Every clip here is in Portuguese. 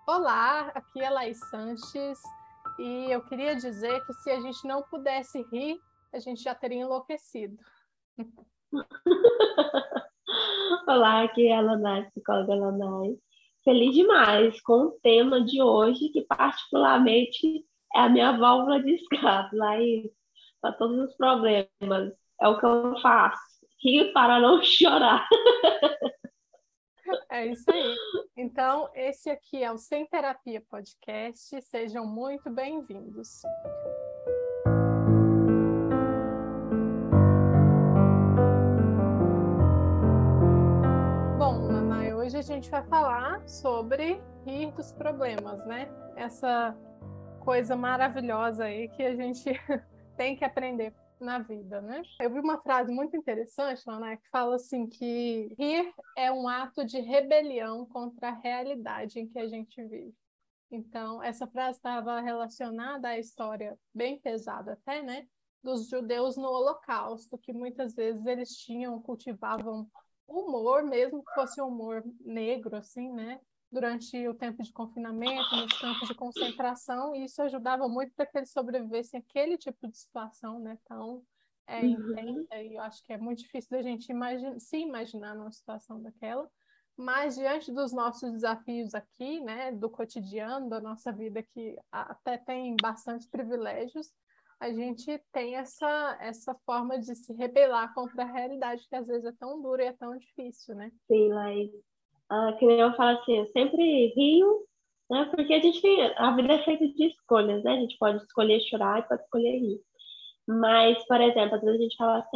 Olá, aqui é Laís Sanches e eu queria dizer que se a gente não pudesse rir, a gente já teria enlouquecido. Olá, aqui é a Lanai, psicóloga Lanai. Feliz demais com o tema de hoje, que particularmente é a minha válvula de escape, Laís, para todos os problemas. É o que eu faço, rir para não chorar. É isso aí. Então, esse aqui é o Sem Terapia Podcast. Sejam muito bem-vindos. Bom, Nanai, hoje a gente vai falar sobre rir dos problemas, né? Essa coisa maravilhosa aí que a gente tem que aprender na vida, né? Eu vi uma frase muito interessante, Nanai, que fala assim que rir é um ato de rebelião contra a realidade em que a gente vive. Então, essa frase estava relacionada à história bem pesada até, né? Dos judeus no Holocausto, que muitas vezes eles cultivavam humor, mesmo que fosse um humor negro, assim, né? Durante o tempo de confinamento, nos campos de concentração, e isso ajudava muito para que eles sobrevivessem àquele tipo de situação, né? Tão intensa, e eu acho que é muito difícil da gente se imaginar numa situação daquela. Mas diante dos nossos desafios aqui, né, do cotidiano, da nossa vida, que até tem bastantes privilégios, a gente tem essa forma de se rebelar contra a realidade que às vezes é tão dura e é tão difícil, né? Sim, Laís. Que nem eu falo assim, eu sempre rio, né? Porque a vida é feita de escolhas, né? A gente pode escolher chorar e pode escolher rir. Mas, por exemplo, às vezes a gente fala assim,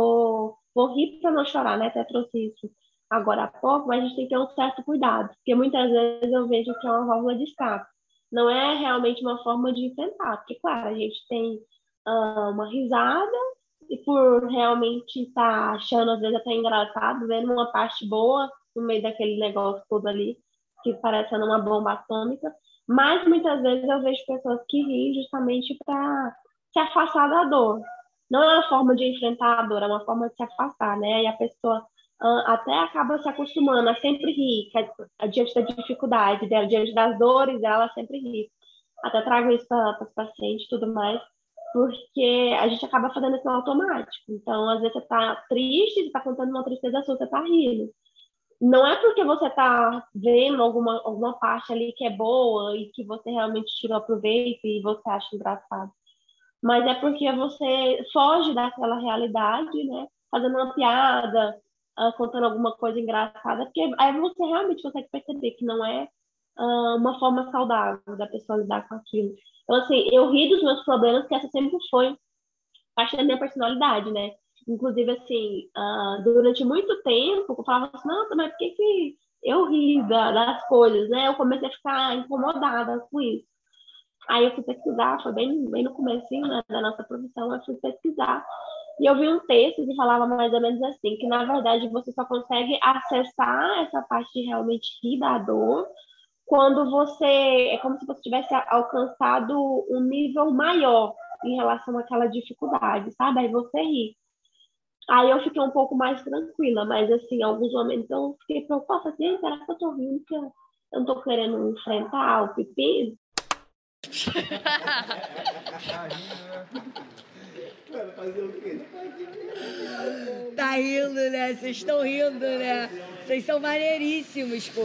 vou rir para não chorar, né? Até trouxe isso agora há pouco, mas a gente tem que ter um certo cuidado, porque muitas vezes eu vejo que é uma válvula de escape. Não é realmente uma forma de enfrentar, porque, claro, a gente tem uma risada e por realmente estar achando, às vezes, até engraçado, vendo uma parte boa no meio daquele negócio todo ali, que parece uma bomba atômica, mas muitas vezes eu vejo pessoas que riem justamente para se afastar da dor. Não é uma forma de enfrentar a dor, é uma forma de se afastar, né? E a pessoa até acaba se acostumando a sempre rir, diante da dificuldade dela, diante das dores, ela sempre ri. Até trago isso para os pacientes e tudo mais, porque a gente acaba fazendo isso no automático. Então, às vezes você está triste, você está contando uma tristeza sua, você está rindo. Não é porque você está vendo alguma parte ali que é boa e que você realmente tirou proveito e você acha engraçado, mas é porque você foge daquela realidade, né? Fazendo uma piada, contando alguma coisa engraçada, porque aí você realmente consegue perceber que não é uma forma saudável da pessoa lidar com aquilo. Então, assim, eu ri dos meus problemas, que essa sempre foi parte da minha personalidade, né? Inclusive, assim, durante muito tempo, eu falava assim, nossa, mas por que eu ri das coisas, né? Eu comecei a ficar incomodada com isso. Aí eu fui pesquisar, foi bem no comecinho, né, da nossa profissão, eu fui pesquisar. E eu vi um texto que falava mais ou menos assim, que na verdade você só consegue acessar essa parte de realmente rir da dor quando é como se você tivesse alcançado um nível maior em relação àquela dificuldade, sabe? Aí você ri. Aí eu fiquei um pouco mais tranquila, mas assim, em alguns momentos eu fiquei preocupada, assim, será que eu tô rindo que eu não tô querendo enfrentar o pepino? Fazer o quê? Tá rindo, né? Vocês estão rindo, né? Vocês são maneiríssimos, pô.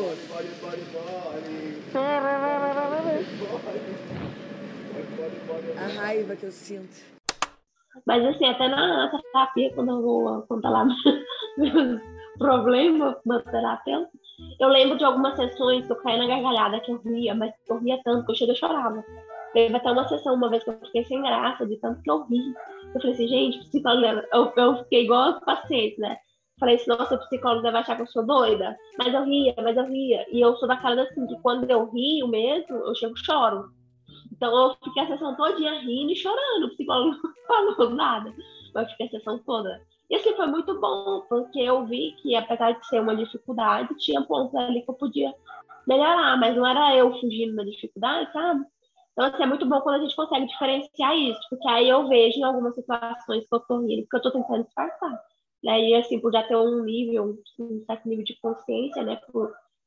A raiva que eu sinto. Mas assim, até na terapia, quando eu vou contar lá meus problemas com o terapeuta, eu lembro de algumas sessões que eu caí na gargalhada, que eu ria, mas eu ria tanto que eu cheguei a chorar. Teve até uma sessão uma vez que eu fiquei sem graça, de tanto que eu ri. Eu falei assim, gente, psicóloga, eu fiquei igual os pacientes, né? Falei assim, nossa, o psicólogo deve achar que eu sou doida. Mas eu ria. E eu sou daquela assim, que quando eu rio mesmo, eu chego e choro. Então eu fiquei a sessão todinha rindo e chorando, o psicólogo não falou nada, mas eu fiquei a sessão toda. E assim, foi muito bom, porque eu vi que apesar de ser uma dificuldade, tinha pontos ali que eu podia melhorar, mas não era eu fugindo da dificuldade, sabe? Então, assim, é muito bom quando a gente consegue diferenciar isso, porque aí eu vejo em algumas situações que eu tô rindo, que eu tô tentando disfarçar. Né? E assim, por já ter um certo nível de consciência, né, por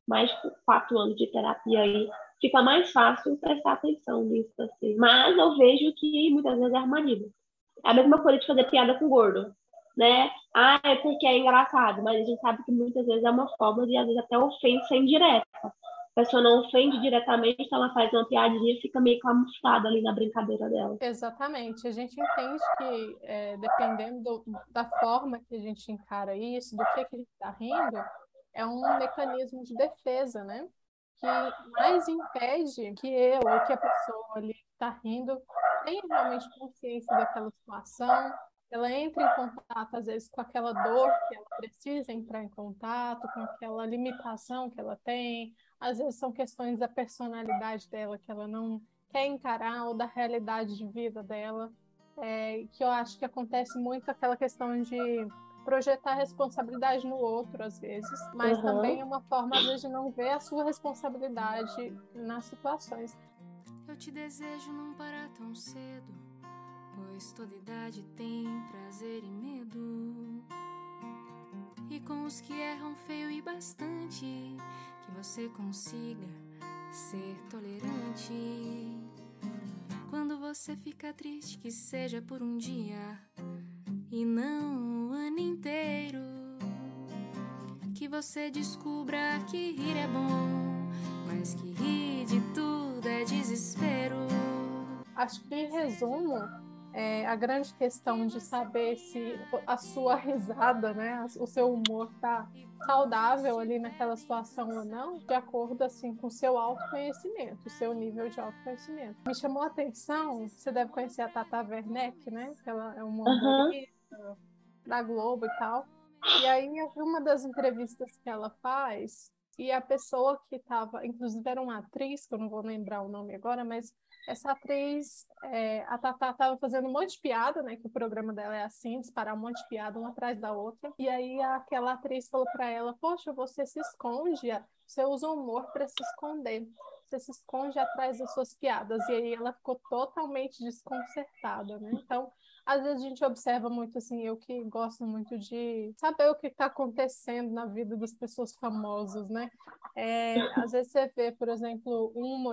mais de 4 anos de terapia aí, fica mais fácil prestar atenção nisso, assim. Mas eu vejo que muitas vezes é armadilha. É a mesma coisa de fazer piada com gordo, né? Ah, é porque é engraçado, mas a gente sabe que muitas vezes é uma forma de, às vezes, até ofensa indireta. A pessoa não ofende diretamente, então ela faz uma piadinha e fica meio camuflada ali na brincadeira dela. Exatamente. A gente entende que, dependendo da forma que a gente encara isso, do que a gente está rindo, é um mecanismo de defesa, né? Que mais impede que eu ou que a pessoa ali que está rindo tenha realmente consciência daquela situação, ela entra em contato, às vezes, com aquela dor que ela precisa entrar em contato, com aquela limitação que ela tem. Às vezes são questões da personalidade dela que ela não quer encarar ou da realidade de vida dela, que eu acho que acontece muito aquela questão de projetar responsabilidade no outro, às vezes, mas também é uma forma, às vezes, de não ver a sua responsabilidade nas situações. Eu te desejo não parar tão cedo, pois toda idade tem prazer e medo. E com os que erram feio e bastante, que você consiga ser tolerante. Quando você fica triste, que seja por um dia e não o ano inteiro. Que você descubra que rir é bom, mas que rir de tudo é desespero. Acho que, em resumo, a grande questão de saber se a sua risada, né, o seu humor está saudável ali naquela situação ou não, de acordo assim com o seu autoconhecimento, o seu nível de autoconhecimento. Me chamou a atenção, você deve conhecer a Tata Werneck, né? Ela é uma humorista da Globo e tal. E aí eu vi uma das entrevistas que ela faz, e a pessoa que estava, inclusive era uma atriz, que eu não vou lembrar o nome agora, mas essa atriz, a Tatá estava fazendo um monte de piada, né? Que o programa dela é assim, disparar um monte de piada uma atrás da outra. E aí aquela atriz falou para ela: poxa, você se esconde, você usa o humor para se esconder. Você se esconde atrás das suas piadas. E aí ela ficou totalmente desconcertada, né? Então, às vezes a gente observa muito assim, eu que gosto muito de saber o que está acontecendo na vida das pessoas famosas, né? Às vezes você vê, por exemplo,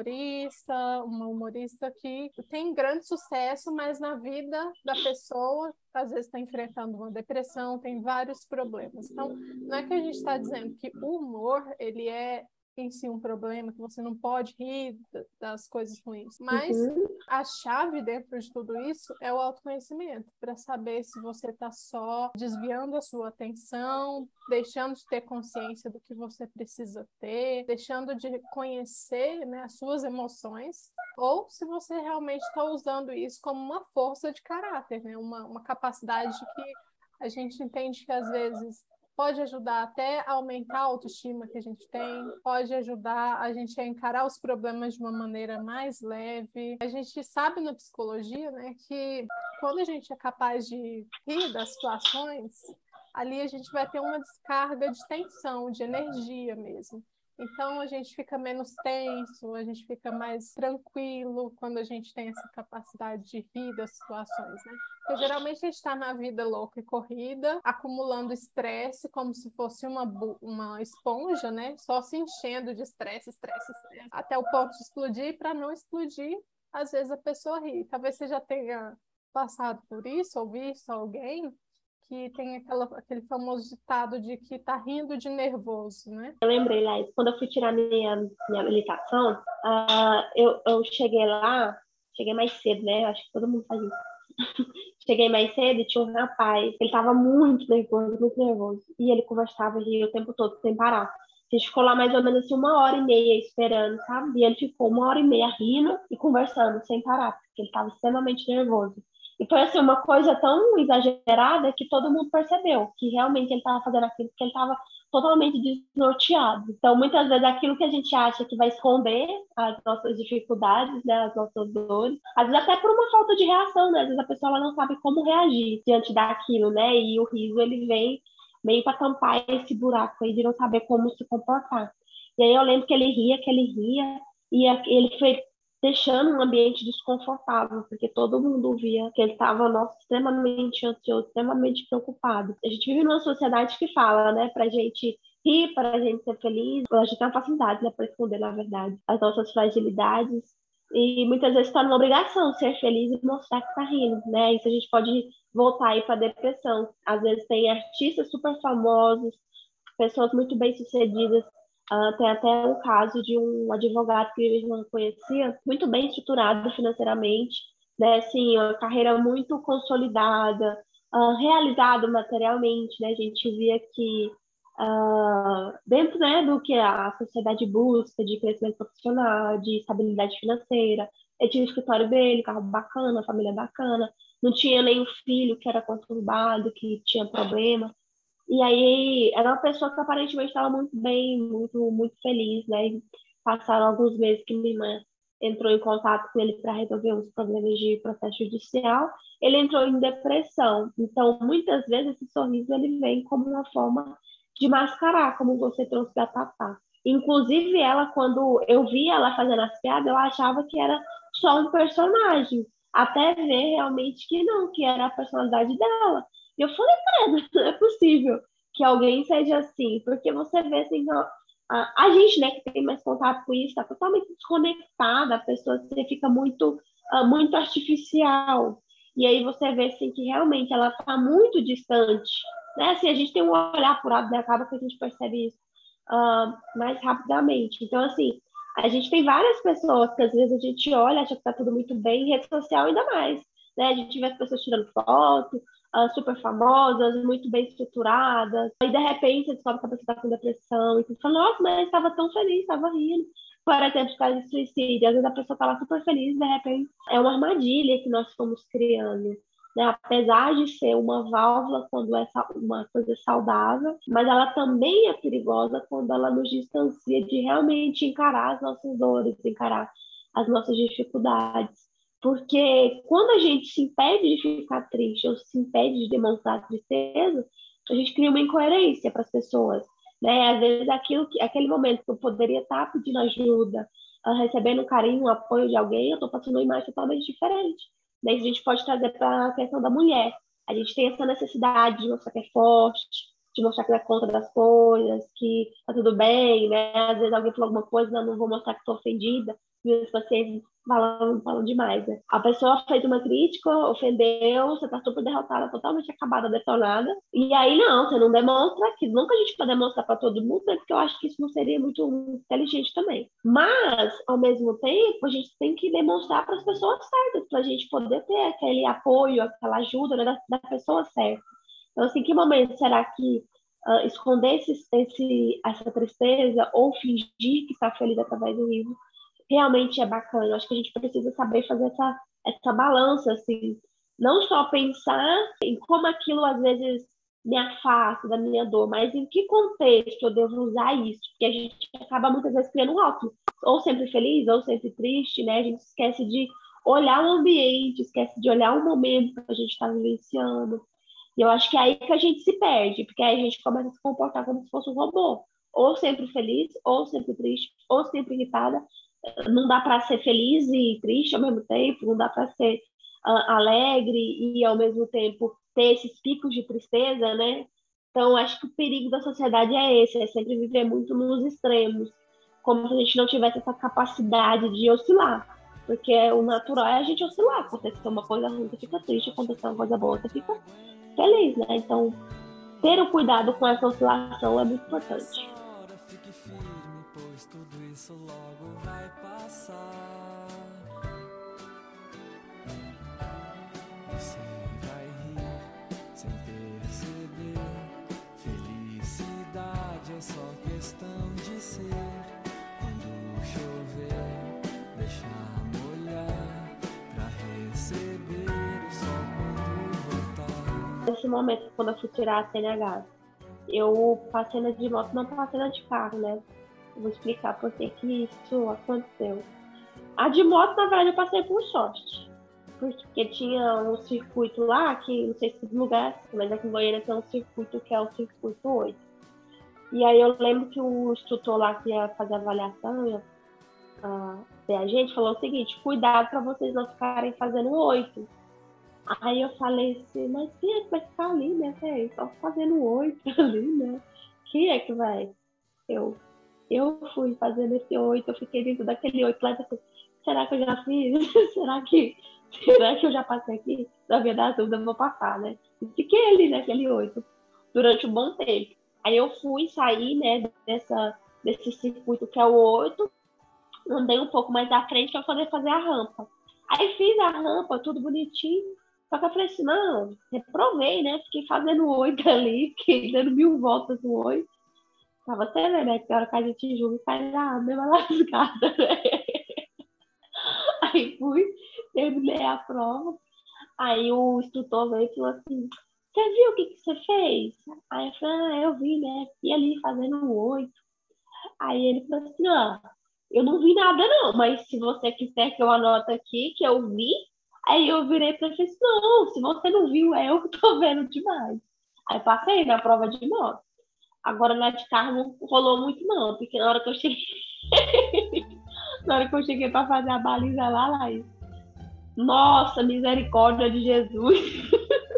uma humorista que tem grande sucesso, mas na vida da pessoa, às vezes está enfrentando uma depressão, tem vários problemas. Então, não é que a gente está dizendo que o humor, ele é em si um problema, que você não pode rir das coisas ruins, mas a chave dentro de tudo isso é o autoconhecimento, para saber se você está só desviando a sua atenção, deixando de ter consciência do que você precisa ter, deixando de conhecer, né, as suas emoções, ou se você realmente está usando isso como uma força de caráter, né, uma capacidade que a gente entende que às vezes pode ajudar até a aumentar a autoestima que a gente tem, pode ajudar a gente a encarar os problemas de uma maneira mais leve. A gente sabe na psicologia, né, que quando a gente é capaz de rir das situações, ali a gente vai ter uma descarga de tensão, de energia mesmo. Então a gente fica menos tenso, a gente fica mais tranquilo quando a gente tem essa capacidade de rir das situações, né? Porque geralmente a gente está na vida louca e corrida, acumulando estresse como se fosse uma esponja, né? Só se enchendo de estresse, até o ponto de explodir. E para não explodir, às vezes a pessoa ri. Talvez você já tenha passado por isso, ou visto alguém que tem aquele famoso ditado de que tá rindo de nervoso, né? Eu lembrei, Laís, quando eu fui tirar minha habilitação, eu cheguei mais cedo, né? Acho que todo mundo faz isso. Cheguei mais cedo e tinha um rapaz, ele tava muito nervoso. E ele conversava ali o tempo todo, sem parar. A gente ficou lá mais ou menos assim 1h30 esperando, sabe? E ele ficou 1h30 rindo e conversando, sem parar, porque ele tava extremamente nervoso. E foi assim, uma coisa tão exagerada que todo mundo percebeu que realmente ele estava fazendo aquilo porque ele estava totalmente desnorteado. Então, muitas vezes, aquilo que a gente acha que vai esconder as nossas dificuldades, né, as nossas dores, às vezes até por uma falta de reação, né? Às vezes a pessoa ela não sabe como reagir diante daquilo, né? E o riso, ele vem meio para tampar esse buraco aí de não saber como se comportar. E aí eu lembro que ele ria, e ele foi deixando um ambiente desconfortável, porque todo mundo via que ele estava, extremamente ansioso, extremamente preocupado. A gente vive numa sociedade que fala, né, pra gente rir para a gente ser feliz. A gente tem uma facilidade, né, para esconder, na verdade, as nossas fragilidades. E muitas vezes torna uma obrigação ser feliz e mostrar que tá rindo, né? Isso a gente pode voltar aí para depressão. Às vezes tem artistas super famosos, pessoas muito bem-sucedidas. Tem até um caso de um advogado que eu mesmo conhecia, muito bem estruturado financeiramente, né? Assim, uma carreira muito consolidada, realizado materialmente, né? A gente via que dentro, né, do que a sociedade busca de crescimento profissional, de estabilidade financeira, ele tinha o escritório dele, carro bacana, família bacana, não tinha nenhum filho que era conturbado, que tinha problema. E aí era uma pessoa que aparentemente estava muito bem, muito, muito feliz, né? E passaram alguns meses que minha irmã entrou em contato com ele para resolver uns problemas de processo judicial. Ele entrou em depressão. Então, muitas vezes esse sorriso ele vem como uma forma de mascarar, como você trouxe da Tatá. Inclusive, ela, quando eu vi ela fazendo as piadas, eu achava que era só um personagem, até ver realmente que não, que era a personalidade dela. E eu falei, não é possível que alguém seja assim, porque você vê assim, a gente, né, que tem mais contato com isso, está totalmente desconectada, a pessoa você fica muito, muito artificial. E aí você vê assim, que realmente ela está muito distante, né? Assim, a gente tem um olhar apurado, né? Acaba que a gente percebe isso mais rapidamente. Então, assim, a gente tem várias pessoas que às vezes a gente olha, acha que está tudo muito bem, em rede social ainda mais, né? A gente vê as pessoas tirando foto, super famosas, muito bem estruturadas, e de repente você descobre que a pessoa está com depressão, e você fala, nossa, mas estava tão feliz, estava rindo. Por exemplo, por causa de suicídio, às vezes a pessoa estava super feliz, de repente é uma armadilha que nós fomos criando. Né? Apesar de ser uma válvula quando é uma coisa saudável, mas ela também é perigosa quando ela nos distancia de realmente encarar as nossas dores, encarar as nossas dificuldades. Porque quando a gente se impede de ficar triste ou se impede de demonstrar tristeza, a gente cria uma incoerência para as pessoas. Né? Às vezes aquele momento que eu poderia estar pedindo ajuda, recebendo carinho, apoio de alguém, eu estou passando uma imagem totalmente diferente. Daí a gente pode trazer para a questão da mulher. A gente tem essa necessidade de mostrar que é forte, de mostrar que dá conta das coisas, que tá tudo bem, né? Às vezes alguém falou alguma coisa, não vou mostrar que estou ofendida, e os pacientes falam demais, né? A pessoa fez uma crítica, ofendeu, você tá super derrotada, totalmente acabada, detonada, e aí não, você não demonstra, que nunca a gente pode demonstrar para todo mundo, né? Porque eu acho que isso não seria muito inteligente também. Mas, ao mesmo tempo, a gente tem que demonstrar para as pessoas certas, para a gente poder ter aquele apoio, aquela ajuda, né, da pessoa certa. Então, assim, que momento será que esconder essa tristeza ou fingir que está feliz através do riso realmente é bacana? Eu acho que a gente precisa saber fazer essa balança, assim, não só pensar em como aquilo às vezes me afasta da minha dor, mas em que contexto eu devo usar isso, porque a gente acaba muitas vezes criando um rótulo, ou sempre feliz, ou sempre triste, né? A gente esquece de olhar o ambiente, esquece de olhar o momento que a gente está vivenciando. E eu acho que é aí que a gente se perde, porque aí a gente começa a se comportar como se fosse um robô, ou sempre feliz, ou sempre triste, ou sempre irritada. Não dá para ser feliz e triste ao mesmo tempo, não dá para ser alegre e ao mesmo tempo ter esses picos de tristeza, né? Então, acho que o perigo da sociedade é esse, é sempre viver muito nos extremos, como se a gente não tivesse essa capacidade de oscilar, porque o natural é a gente oscilar, acontecer uma coisa ruim, você fica triste, acontecer uma coisa boa, você fica feliz, né? Então, ter o cuidado com essa oscilação é muito importante. Fique firme, pois tudo isso logo vai passar. Você vai rir sem perceber. Felicidade é só questão de ser. Quando chover, deixar molhar pra receber o sol quando voltar. Nesse momento, quando eu fui tirar a CNH, eu passei na de moto, não passei na de carro, né? Eu vou explicar por que isso aconteceu. A de moto, na verdade, eu passei por sorte. Porque tinha um circuito lá, que não sei se no lugar, mas aqui em Goiânia tem um circuito que é o circuito 8. E aí eu lembro que o instrutor lá que ia fazer a avaliação, a gente falou o seguinte: cuidado para vocês não ficarem fazendo 8. Aí eu falei assim, mas quem é que vai ficar ali, né? Só fazendo 8 ali, né? quem é que vai? Eu. Eu fui fazendo esse 8, eu fiquei dentro daquele 8 lá e pensei, será que eu já fiz? Será que eu já passei aqui? Na verdade, eu vou passar, né? E fiquei ali naquele 8 durante um bom tempo. Aí eu fui sair, né, desse circuito que é o 8, andei um pouco mais à frente para poder fazer a rampa. Aí fiz a rampa, tudo bonitinho. Só que eu falei assim, não, reprovei, né? Fiquei fazendo 8 ali, fiquei dando 1000 voltas no 8. Pra você ver, né? Que a hora que a gente julga, cai na mesma lascada, né? Aí fui, terminei a prova. Aí o instrutor veio e falou assim, você viu o que você fez? Aí eu falei, eu vi, né? E ali fazendo um 8. Aí ele falou assim, eu não vi nada não, mas se você quiser que eu anote aqui, que eu vi, aí eu virei pra ele e falei assim, não, se você não viu, é eu que tô vendo demais. Aí passei na prova de moto. Agora na de carro não rolou muito não, porque na hora que eu cheguei, na hora que eu cheguei pra fazer a baliza lá, Laís, nossa, misericórdia de Jesus.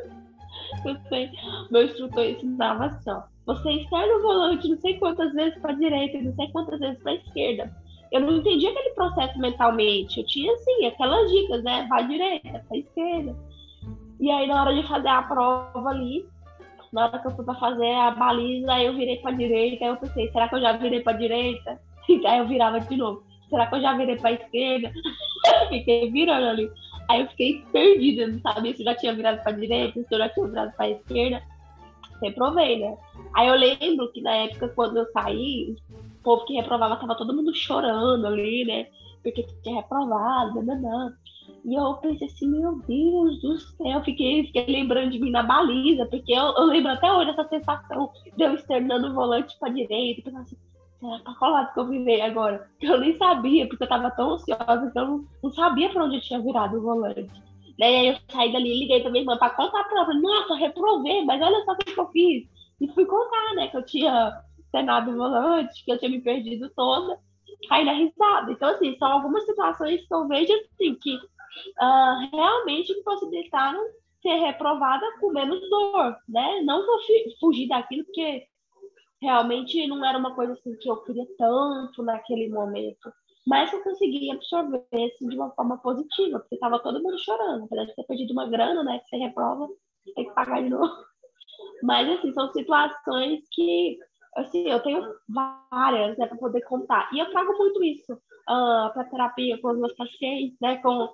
Eu sei, meu instrutor ensinava assim, ó, você externa o volante não sei quantas vezes para direita, não sei quantas vezes para esquerda. Eu não entendi aquele processo mentalmente. Eu tinha, assim, aquelas dicas, né? Para direita, para esquerda. E aí, na hora de fazer a prova ali, na hora que eu fui para fazer a baliza, aí eu virei para direita. Aí eu pensei, será que eu já virei para direita? Aí eu virava de novo. Será que eu já virei para esquerda? Fiquei virando ali. Aí eu fiquei perdida, não sabia se eu já tinha virado para direita, se eu já tinha virado para esquerda. Reprovei, né? Aí eu lembro que na época, quando eu saí, o povo que reprovava tava todo mundo chorando ali, né? Porque tinha reprovado, nananã. E eu pensei assim, meu Deus do céu, fiquei lembrando de mim na baliza, porque eu lembro até hoje essa sensação de eu externando o volante pra direita, pensando assim, será que qual lado que eu virei agora? Eu nem sabia, porque eu tava tão ansiosa que eu não sabia pra onde eu tinha virado o volante. Daí aí eu saí dali e liguei pra minha irmã pra contar pra ela. Nossa, eu reprovei, mas olha só o que eu fiz. E fui contar, né, que eu tinha externado o volante, que eu tinha me perdido toda. Aí na risada. Então, assim, são algumas situações que eu vejo assim, que realmente me possibilitaram ser reprovada com menos dor, né? Não vou fugir daquilo, porque realmente não era uma coisa assim que eu queria tanto naquele momento. Mas eu consegui absorver assim, de uma forma positiva, porque estava todo mundo chorando. Apesar de ter perdido uma grana, né? Que você reprova, tem que pagar de novo. Mas, assim, são situações que, assim, eu tenho várias, né, para poder contar. E eu trago muito isso para terapia com os meus pacientes, né, com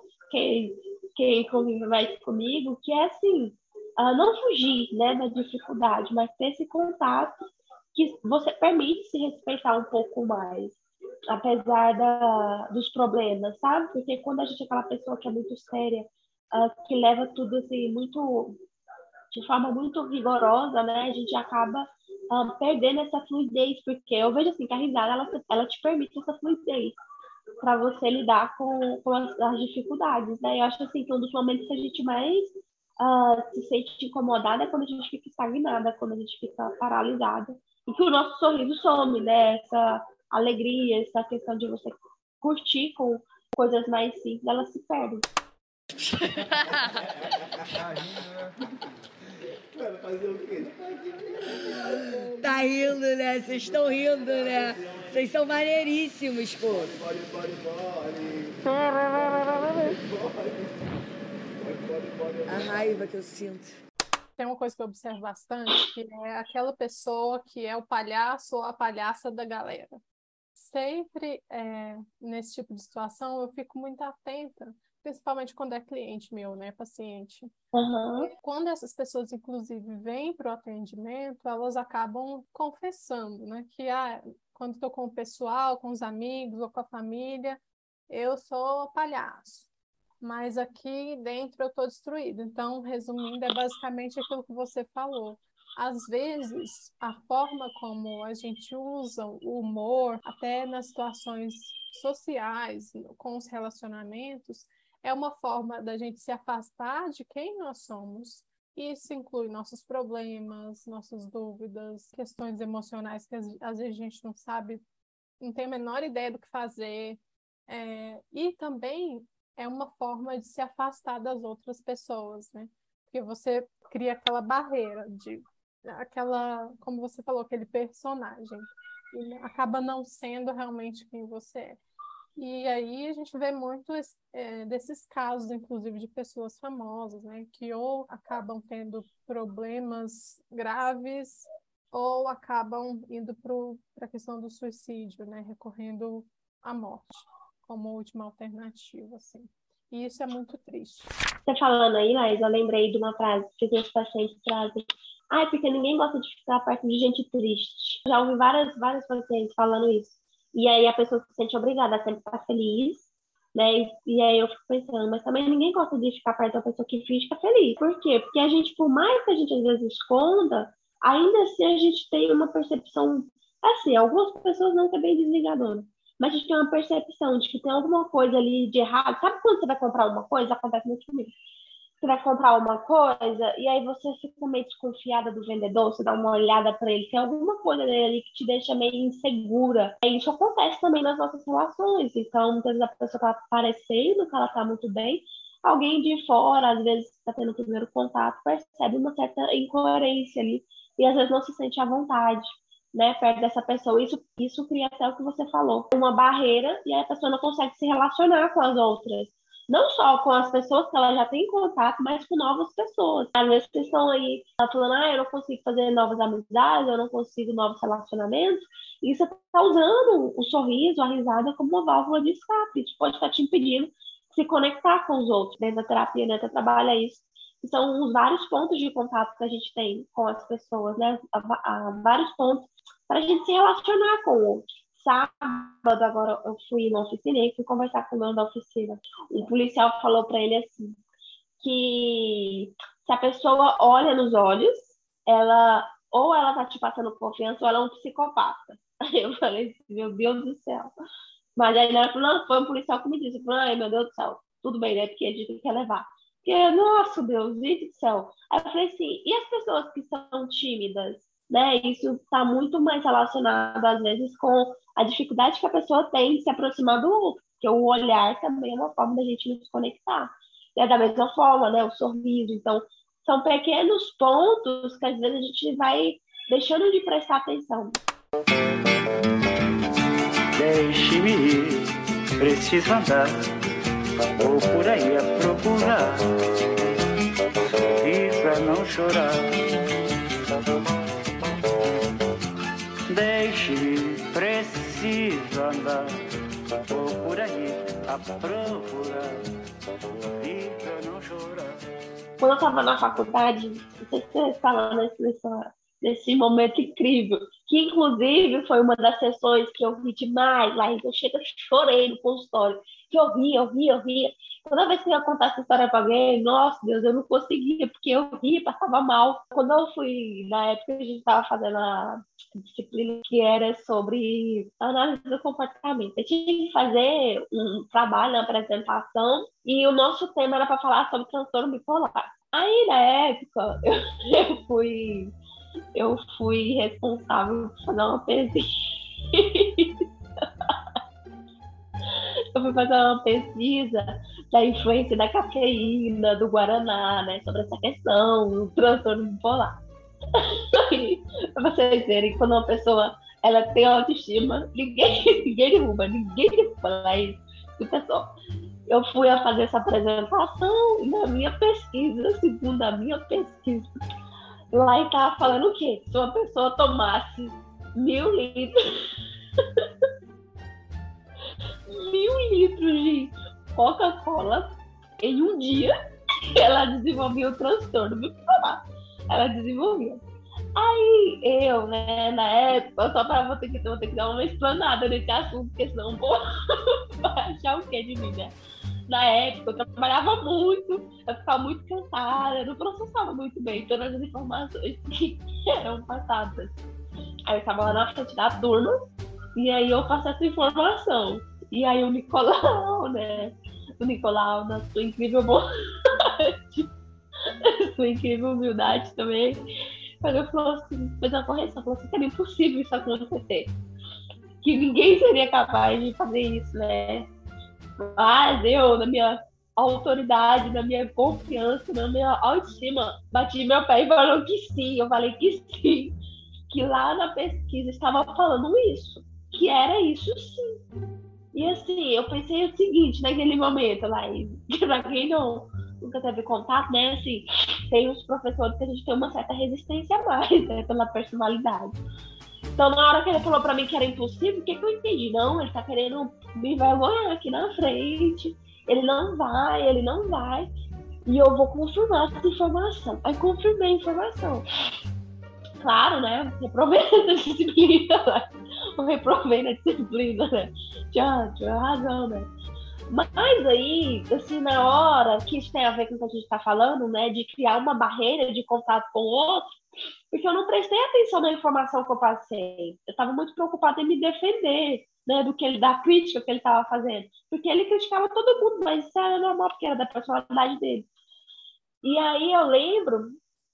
quem convive mais comigo, que é, assim, não fugir, né, da dificuldade, mas ter esse contato que você permite se respeitar um pouco mais, apesar dos problemas, sabe? Porque quando a gente é aquela pessoa que é muito séria, que leva tudo, assim, muito de forma muito rigorosa, né, a gente acaba perdendo essa fluidez, porque eu vejo assim que a risada ela te permite essa fluidez para você lidar com as dificuldades, né? Eu acho assim que um dos momentos que a gente mais se sente incomodada é quando a gente fica estagnada, quando a gente fica paralisada e que o nosso sorriso some, né? Essa alegria, essa questão de você curtir com coisas mais simples, ela se perde. Cara, fazer o quê? Tá rindo, né? Vocês estão rindo, né? Vocês são maneiríssimos, pô. A raiva que eu sinto. Tem uma coisa que eu observo bastante, que é aquela pessoa que é o palhaço ou a palhaça da galera. Sempre nesse tipo de situação eu fico muito atenta, principalmente quando é cliente meu, né, paciente. Uhum. Quando essas pessoas, inclusive, vêm para o atendimento, elas acabam confessando, né, que quando estou com o pessoal, com os amigos ou com a família, eu sou palhaço. Mas aqui dentro eu estou destruída. Então, resumindo, é basicamente aquilo que você falou. Às vezes, a forma como a gente usa o humor, até nas situações sociais, com os relacionamentos, é uma forma da gente se afastar de quem nós somos. Isso inclui nossos problemas, nossas dúvidas, questões emocionais que às vezes a gente não sabe, não tem a menor ideia do que fazer. E também é uma forma de se afastar das outras pessoas, né? Porque você cria aquela barreira de aquela, como você falou, aquele personagem. E acaba não sendo realmente quem você é. E aí a gente vê muito desses casos, inclusive, de pessoas famosas, né? Que ou acabam tendo problemas graves ou acabam indo para a questão do suicídio, né? Recorrendo à morte como última alternativa, assim. E isso é muito triste. Você falando aí, Laís, eu lembrei de uma frase que os meus pacientes trazem. Ai, porque ninguém gosta de ficar perto de gente triste. Já ouvi vários pacientes falando isso. E aí a pessoa se sente obrigada a sempre estar feliz, né? E aí eu fico pensando, mas também ninguém gosta de ficar perto da pessoa que fica feliz. Por quê? Porque a gente, por mais que a gente às vezes esconda, ainda assim a gente tem uma percepção, assim, algumas pessoas não são bem desligadoras, mas a gente tem uma percepção de que tem alguma coisa ali de errado. Sabe quando você vai comprar uma coisa? Acontece muito comigo. Você vai comprar uma coisa e aí você fica meio desconfiada do vendedor, você dá uma olhada para ele, tem alguma coisa dele ali que te deixa meio insegura. E isso acontece também nas nossas relações. Então, muitas vezes a pessoa está parecendo que ela está muito bem, alguém de fora, às vezes está tendo o primeiro contato, percebe uma certa incoerência ali e às vezes não se sente à vontade, né, perto dessa pessoa. Isso cria até o que você falou, uma barreira, e aí a pessoa não consegue se relacionar com as outras. Não só com as pessoas que ela já tem contato, mas com novas pessoas. Às vezes vocês estão aí falando, eu não consigo fazer novas amizades, eu não consigo novos relacionamentos. E você está usando o sorriso, a risada como uma válvula de escape. Isso pode estar te impedindo de se conectar com os outros. Dentro da terapia, né, você trabalha isso. Que são os vários pontos de contato que a gente tem com as pessoas, né? Há vários pontos para a gente se relacionar com o outro. Sábado, agora eu fui na oficina e fui conversar com o dono da oficina. Um policial falou para ele assim, que se a pessoa olha nos olhos, ou ela tá te passando confiança ou ela é um psicopata. Aí eu falei assim, meu Deus do céu. Mas aí ela falou, não, foi um policial que me disse. Eu falei, ai, meu Deus do céu, tudo bem, né? Porque a gente quer levar. Porque, nossa, Deus, gente do céu. Aí eu falei assim, e as pessoas que são tímidas? Né? Isso está muito mais relacionado, às vezes, com a dificuldade que a pessoa tem de se aproximar do outro, porque o olhar também é uma forma da gente nos conectar. E é da mesma forma, né? O sorriso. Então, são pequenos pontos que, às vezes, a gente vai deixando de prestar atenção. Deixe-me ir, preciso andar, vou por aí a procurar, e pra não chorar. Deixe-me, preciso andar, vou por aí a procurar, e pra não chorar. Quando eu estava na faculdade, não sei se você estava nesse momento incrível, que inclusive foi uma das sessões que eu ri demais, lá eu chorei no consultório, que eu ria. Toda vez que eu ia contar essa história para alguém, nossa Deus, eu não conseguia, porque eu ria, passava mal. Quando eu fui, na época a gente estava fazendo a disciplina que era sobre análise do comportamento. Eu tinha que fazer um trabalho, uma apresentação, e o nosso tema era para falar sobre transtorno bipolar. Aí, na época, eu fui responsável por fazer uma pesquisa. Eu fui fazer uma pesquisa da influência da cafeína, do guaraná, né, sobre essa questão do transtorno bipolar. Para vocês verem, quando uma pessoa ela tem autoestima, ninguém derruba isso. E, pessoal, eu fui a fazer essa apresentação e na minha pesquisa, segundo a minha pesquisa, lá estava falando o quê? Se uma pessoa tomasse 1.000 litros 1.000 litros de Coca-Cola em um dia, ela desenvolvia o transtorno bipolar. Ela desenvolvia. Aí eu, né, na época, vou ter que dar uma explanada nesse assunto, porque senão o povo vai achar o que de mim, né? Na época, eu trabalhava muito, eu ficava muito cansada, eu não processava muito bem todas as informações que eram passadas. Aí eu estava lá na frente da turma, e aí eu passo essa informação. E aí o Nicolau, né? O Nicolau, na sua incrível bondade, sua incrível humildade também, ele falou assim, fez uma correção, falou assim, que era impossível isso acontecer. Que ninguém seria capaz de fazer isso, né? Mas eu, na minha autoridade, na minha confiança, na minha autoestima, bati meu pé e falou que sim. Eu falei que sim, que lá na pesquisa estava falando isso, que era isso sim. E assim, eu pensei o seguinte, naquele momento, Laís, que pra quem nunca teve contato, né, assim, tem uns professores que a gente tem uma certa resistência a mais, né, pela personalidade. Então, na hora que ele falou pra mim que era impossível, o que eu entendi? Não, ele tá querendo me envergonhar aqui na frente, ele não vai, e eu vou confirmar essa informação. Aí confirmei a informação. Claro, né, reprovei na disciplina, eu reprovei na disciplina, né, tinha razão, né. Mas aí, assim, na hora, que isso tem a ver com o que a gente está falando, né, de criar uma barreira de contato com o outro, porque eu não prestei atenção na informação que eu passei. Eu estava muito preocupada em me defender, né, da crítica que ele estava fazendo. Porque ele criticava todo mundo, mas isso era normal, porque era da personalidade dele. E aí eu lembro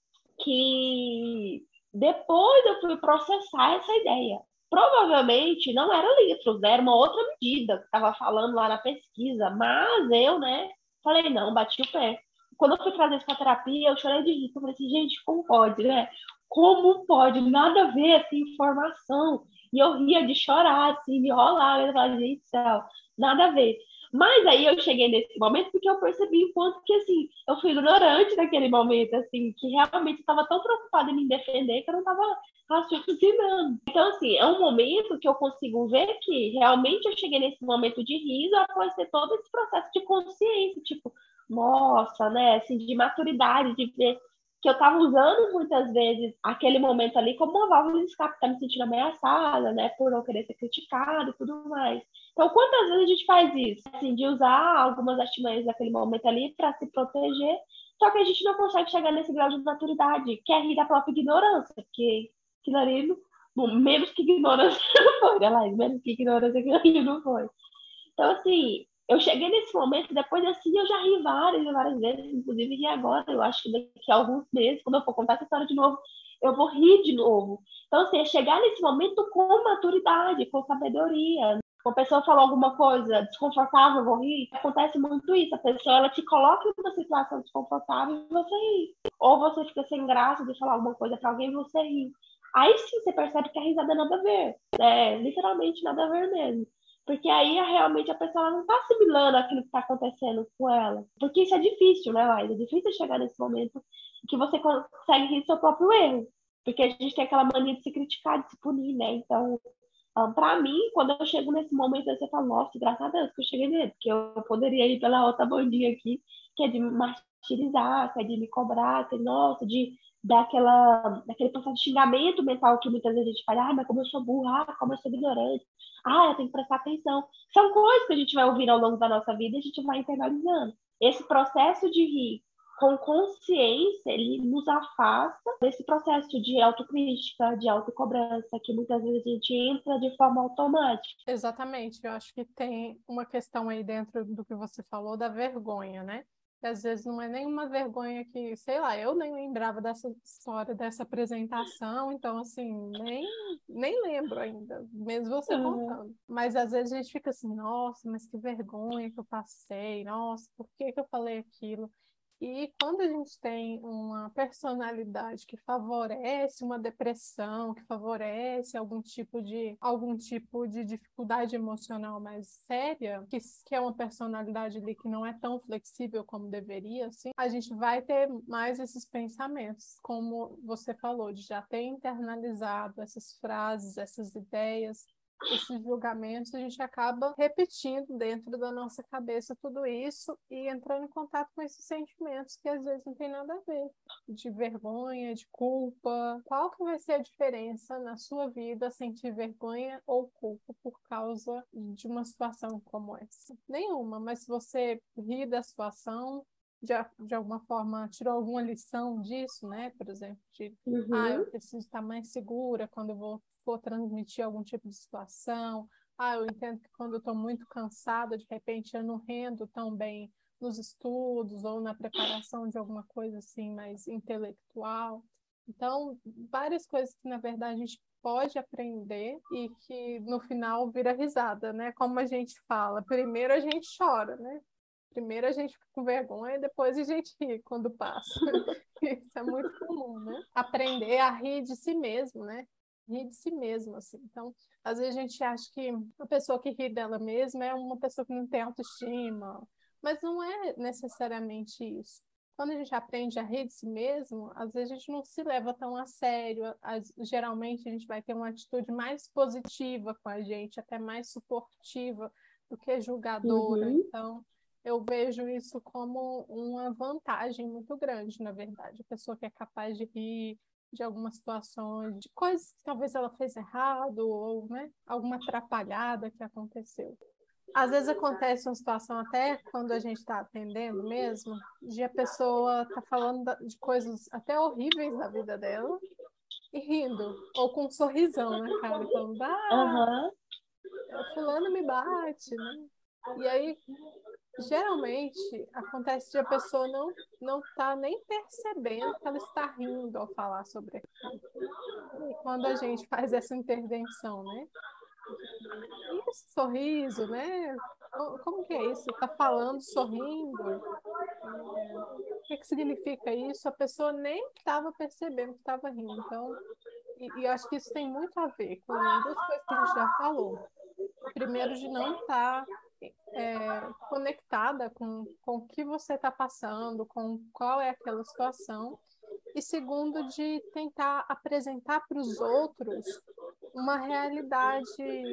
que depois eu fui processar essa ideia. Provavelmente não era litros, né? Era uma outra medida que estava falando lá na pesquisa, mas eu, né, falei, não, bati o pé. Quando eu fui trazer isso para terapia, eu chorei de rir. Eu falei assim, gente, como pode, né? Como pode? Nada a ver essa informação. E eu ria de chorar, assim, me enrolar. Eu falava, gente do céu, nada a ver. Mas aí eu cheguei nesse momento porque eu percebi o quanto que, assim, eu fui ignorante naquele momento, assim, que realmente estava tão preocupada em me defender que eu não estava raciocinando. Então, assim, é um momento que eu consigo ver que realmente eu cheguei nesse momento de riso após ter todo esse processo de consciência, tipo, nossa, né, assim, de maturidade, de ver que eu estava usando muitas vezes aquele momento ali como uma válvula de escape, tá me sentindo ameaçada, né, por não querer ser criticado e tudo mais. Então, quantas vezes a gente faz isso? Assim, de usar algumas artimanhas daquele momento ali para se proteger, só que a gente não consegue chegar nesse grau de maturidade, que é rir da própria ignorância, porque aquilo ali, menos que ignorância não foi, né, Laís? Menos que ignorância aquilo ali não foi. Então, assim, eu cheguei nesse momento, depois assim, eu já ri várias e várias vezes, inclusive ri agora. Eu acho que daqui a alguns meses, quando eu for contar essa história de novo, eu vou rir de novo. Então, assim, é chegar nesse momento com maturidade, com sabedoria. Uma pessoa falou alguma coisa desconfortável, eu vou rir. Acontece muito isso. A pessoa, ela te coloca em uma situação desconfortável e você ri. Ou você fica sem graça de falar alguma coisa para alguém e você ri. Aí sim você percebe que a risada é nada a ver. É literalmente nada a ver mesmo. Porque aí realmente a pessoa não está assimilando aquilo que está acontecendo com ela. Porque isso é difícil, né, Laís? É difícil chegar nesse momento que você consegue rir do seu próprio erro. Porque a gente tem aquela mania de se criticar, de se punir, né? Então, para mim, quando eu chego nesse momento, você fala, nossa, graças a Deus que eu cheguei nele. Porque eu poderia ir pela outra bandinha aqui, que é de me martirizar, que é de me cobrar, que, nossa, de daquele processo de xingamento mental que muitas vezes a gente fala, mas como eu sou burra, como eu sou ignorante, eu tenho que prestar atenção. São coisas que a gente vai ouvir ao longo da nossa vida e a gente vai internalizando. Esse processo de rir com consciência, ele nos afasta desse processo de autocrítica, de autocobrança, que muitas vezes a gente entra de forma automática. Exatamente, eu acho que tem uma questão aí dentro do que você falou da vergonha, né? E às vezes não é nenhuma vergonha que, sei lá, eu nem lembrava dessa história, dessa apresentação, então, assim, nem lembro ainda, mesmo você contando. Mas às vezes a gente fica assim, nossa, mas que vergonha que eu passei, nossa, por que que eu falei aquilo? E quando a gente tem uma personalidade que favorece uma depressão, que favorece algum tipo de dificuldade emocional mais séria, que é uma personalidade ali que não é tão flexível como deveria, assim, a gente vai ter mais esses pensamentos, como você falou, de já ter internalizado essas frases, essas ideias, esses julgamentos, a gente acaba repetindo dentro da nossa cabeça tudo isso e entrando em contato com esses sentimentos que às vezes não tem nada a ver, de vergonha, de culpa. Qual que vai ser a diferença na sua vida sentir vergonha ou culpa por causa de uma situação como essa? Nenhuma, mas se você rir da situação, de alguma forma tirou alguma lição disso, né? Por exemplo, eu preciso estar mais segura quando eu for transmitir algum tipo de situação. Eu entendo que quando eu estou muito cansada, de repente eu não rendo tão bem nos estudos ou na preparação de alguma coisa assim mais intelectual. Então, várias coisas que, na verdade, a gente pode aprender e que no final vira risada, né? Como a gente fala, primeiro a gente chora, né? Primeiro a gente fica com vergonha, depois a gente ri quando passa. Isso é muito comum, né? Aprender a rir de si mesmo, né? Rir de si mesmo, assim. Então, às vezes a gente acha que a pessoa que ri dela mesma é uma pessoa que não tem autoestima, mas não é necessariamente isso. Quando a gente aprende a rir de si mesmo, às vezes a gente não se leva tão a sério. Geralmente a gente vai ter uma atitude mais positiva com a gente, até mais suportiva do que julgadora. Uhum. Então, eu vejo isso como uma vantagem muito grande, na verdade. A pessoa que é capaz de rir de algumas situações, de coisas que talvez ela fez errado, ou, né, alguma atrapalhada que aconteceu. Às vezes acontece uma situação até quando a gente está atendendo mesmo, de a pessoa tá falando de coisas até horríveis da vida dela e rindo, ou com um sorrisão na cara, falando, Aham. fulano me bate, né? E aí, geralmente, acontece de a pessoa não tá nem percebendo que ela está rindo ao falar sobre aquilo. E quando a gente faz essa intervenção, né? E esse sorriso, né? Como que é isso? Tá falando, sorrindo? O que significa isso? A pessoa nem estava percebendo que estava rindo. Então, e eu acho que isso tem muito a ver com duas coisas que a gente já falou. Primeiro, de não estar conectada com o que você está passando, com qual é aquela situação. E segundo, de tentar apresentar para os outros uma realidade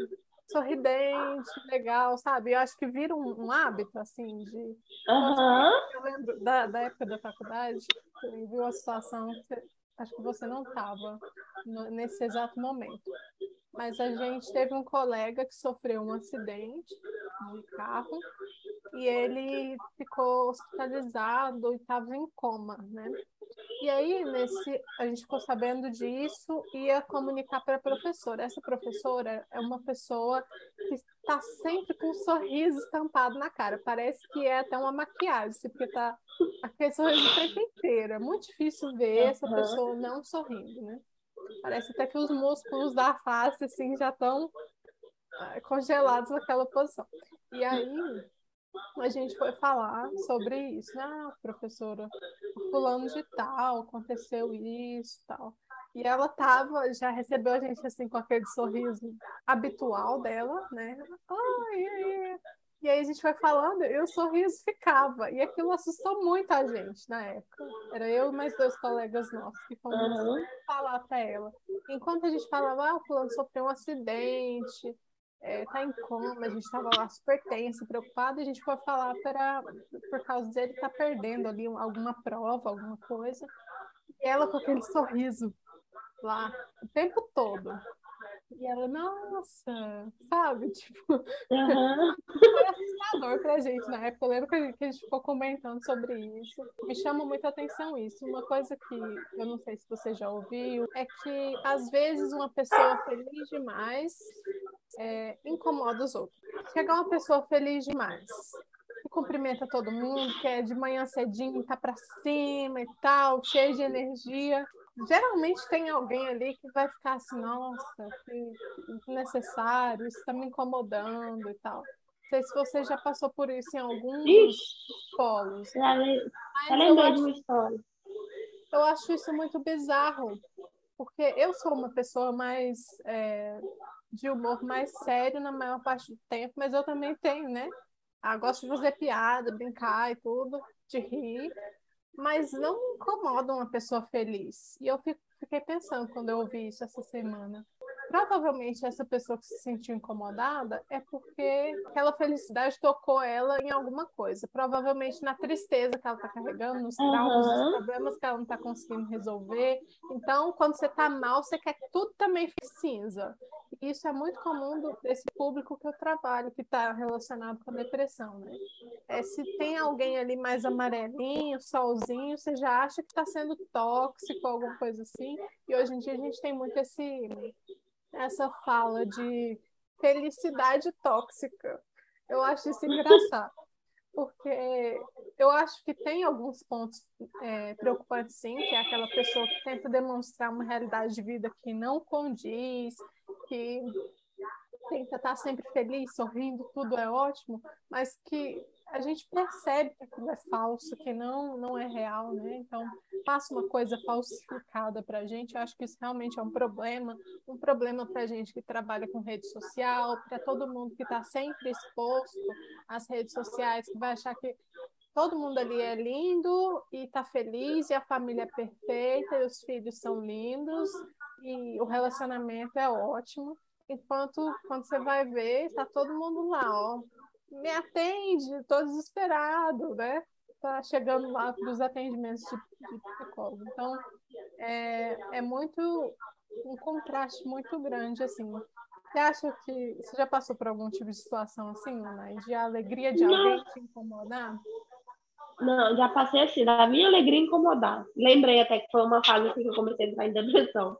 sorridente, legal, sabe? Eu acho que vira um hábito, assim, de... Aham. Eu lembro da época da faculdade, eu vi uma situação que acho que você não estava nesse exato momento. Mas a gente teve um colega que sofreu um acidente de carro e ele ficou hospitalizado e estava em coma, né? E aí, a gente ficou sabendo disso e ia comunicar para a professora. Essa professora é uma pessoa que está sempre com um sorriso estampado na cara. Parece que é até uma maquiagem, porque tá aquele sorriso o tempo inteiro. É muito difícil ver essa pessoa não sorrindo, né? Parece até que os músculos da face, assim, já estão congelados naquela posição. E aí, a gente foi falar sobre isso, né? Professora, o fulano de tal, aconteceu isso, tal. E ela já recebeu a gente assim com aquele sorriso habitual dela, né? Ai, ai. E aí a gente foi falando e o sorriso ficava. E aquilo assustou muito a gente na época. Era eu e mais dois colegas nossos que fomos falar para ela. Enquanto a gente falava, o fulano sofreu um acidente, tá em coma, a gente estava lá super tenso, preocupado, e a gente foi falar por causa dele tá perdendo ali alguma prova, alguma coisa. E ela com aquele sorriso lá o tempo todo. E ela, nossa, sabe? Tipo, foi assustador pra gente na época. Eu lembro que a gente ficou comentando sobre isso. Me chama muita atenção isso. Uma coisa que eu não sei se você já ouviu é que, às vezes, uma pessoa feliz demais incomoda os outros. Chega uma pessoa feliz demais, que cumprimenta todo mundo, que é de manhã cedinho, tá pra cima e tal, cheio de energia. Geralmente tem alguém ali que vai ficar assim, nossa, que desnecessário, isso tá me incomodando e tal. Não sei se você já passou por isso em alguns polos. Já lembrei de uma história. Eu acho isso muito bizarro, porque eu sou uma pessoa mais de humor mais sério na maior parte do tempo, mas eu também tenho, né? Gosto de fazer piada, brincar e tudo, de rir, mas não me incomoda uma pessoa feliz. E eu fiquei pensando quando eu ouvi isso essa semana. Provavelmente essa pessoa que se sentiu incomodada é porque aquela felicidade tocou ela em alguma coisa. Provavelmente na tristeza que ela está carregando, nos traumas, nos problemas que ela não está conseguindo resolver. Então, quando você está mal, você quer que tudo também fique cinza. E isso é muito comum desse público que eu trabalho, que está relacionado com a depressão, né? Se tem alguém ali mais amarelinho, solzinho, você já acha que está sendo tóxico, alguma coisa assim. E hoje em dia a gente tem muito essa fala de felicidade tóxica. Eu acho isso engraçado, porque eu acho que tem alguns pontos preocupantes, sim, que é aquela pessoa que tenta demonstrar uma realidade de vida que não condiz, que tenta estar sempre feliz, sorrindo, tudo é ótimo, mas que a gente percebe que aquilo é falso, que não é real, né? Então, passa uma coisa falsificada para a gente. Eu acho que isso realmente é um problema para a gente que trabalha com rede social, para todo mundo que está sempre exposto às redes sociais, que vai achar que todo mundo ali é lindo e está feliz, e a família é perfeita, e os filhos são lindos, e o relacionamento é ótimo. Enquanto quando você vai ver, tá todo mundo lá, ó. Me atende, tô desesperado, né? Tá chegando lá para os atendimentos de psicólogo. Então, é muito um contraste muito grande, assim. Você acha que você já passou por algum tipo de situação assim, Ana? De a alegria de alguém Não, te incomodar? não, já passei assim, da minha alegria incomodar. Lembrei até que foi uma fase assim que eu comecei a entrar em depressão.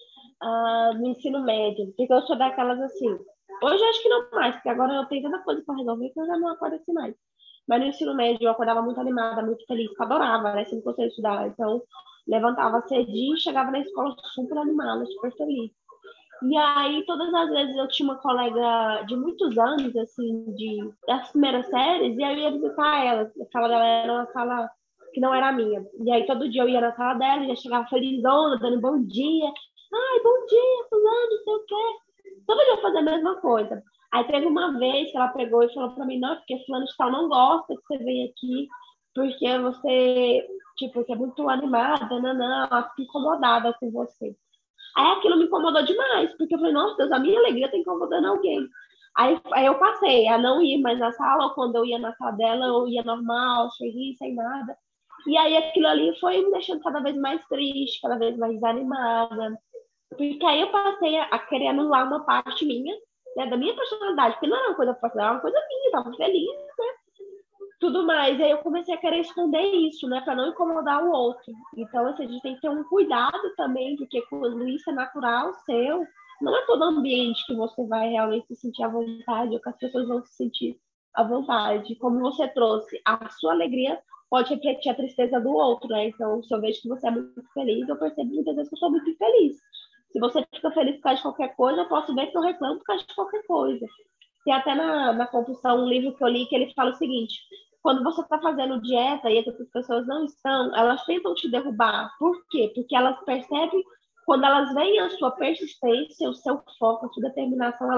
No ensino médio, porque eu sou daquelas assim. Hoje eu acho que não mais, porque agora eu tenho tanta coisa para resolver que eu já não acordo assim mais. Mas no ensino médio eu acordava muito animada, muito feliz, porque eu adorava, né? Sempre gostei de estudar. Então, levantava cedinho, chegava na escola super animada, super feliz. E aí, todas as vezes eu tinha uma colega de muitos anos, assim, das primeiras séries, e aí eu ia visitar ela. A sala dela era uma sala que não era a minha. E aí, todo dia eu ia na sala dela, e já chegava felizona, dando bom dia. Ai, bom dia, fulano, não sei o quê. Todo dia eu fazia a mesma coisa. Aí teve uma vez que ela pegou e falou pra mim, não, porque fulano de tal não gosta que você venha aqui, porque você, tipo, você é muito animada, não, ela fica incomodada com você. Aí aquilo me incomodou demais, porque eu falei, nossa Deus, a minha alegria tá incomodando alguém. Aí eu passei a não ir mais na sala, ou quando eu ia na sala dela, eu ia normal, sem sem nada. E aí aquilo ali foi me deixando cada vez mais triste, cada vez mais desanimada. Porque aí eu passei a querer anular uma parte minha, né, da minha personalidade, porque não era uma coisa personal, era uma coisa minha, eu tava feliz, tudo mais. E aí eu comecei a querer esconder isso, né, para não incomodar o outro. Então, assim, a gente tem que ter um cuidado também, porque quando isso é natural, seu, não é todo ambiente que você vai realmente se sentir à vontade, ou que as pessoas vão se sentir à vontade. Como você trouxe, a sua alegria pode refletir a tristeza do outro, né? Então, se eu vejo que você é muito feliz, eu percebo muitas vezes que eu sou muito infeliz. Se você fica feliz por causa de qualquer coisa, eu posso ver que eu reclamo por causa de qualquer coisa. Tem até na Compulsão um livro que eu li que ele fala o seguinte: quando você está fazendo dieta e as outras pessoas não estão, elas tentam te derrubar. Por quê? Porque elas percebem, quando elas veem a sua persistência, o seu foco, a sua determinação,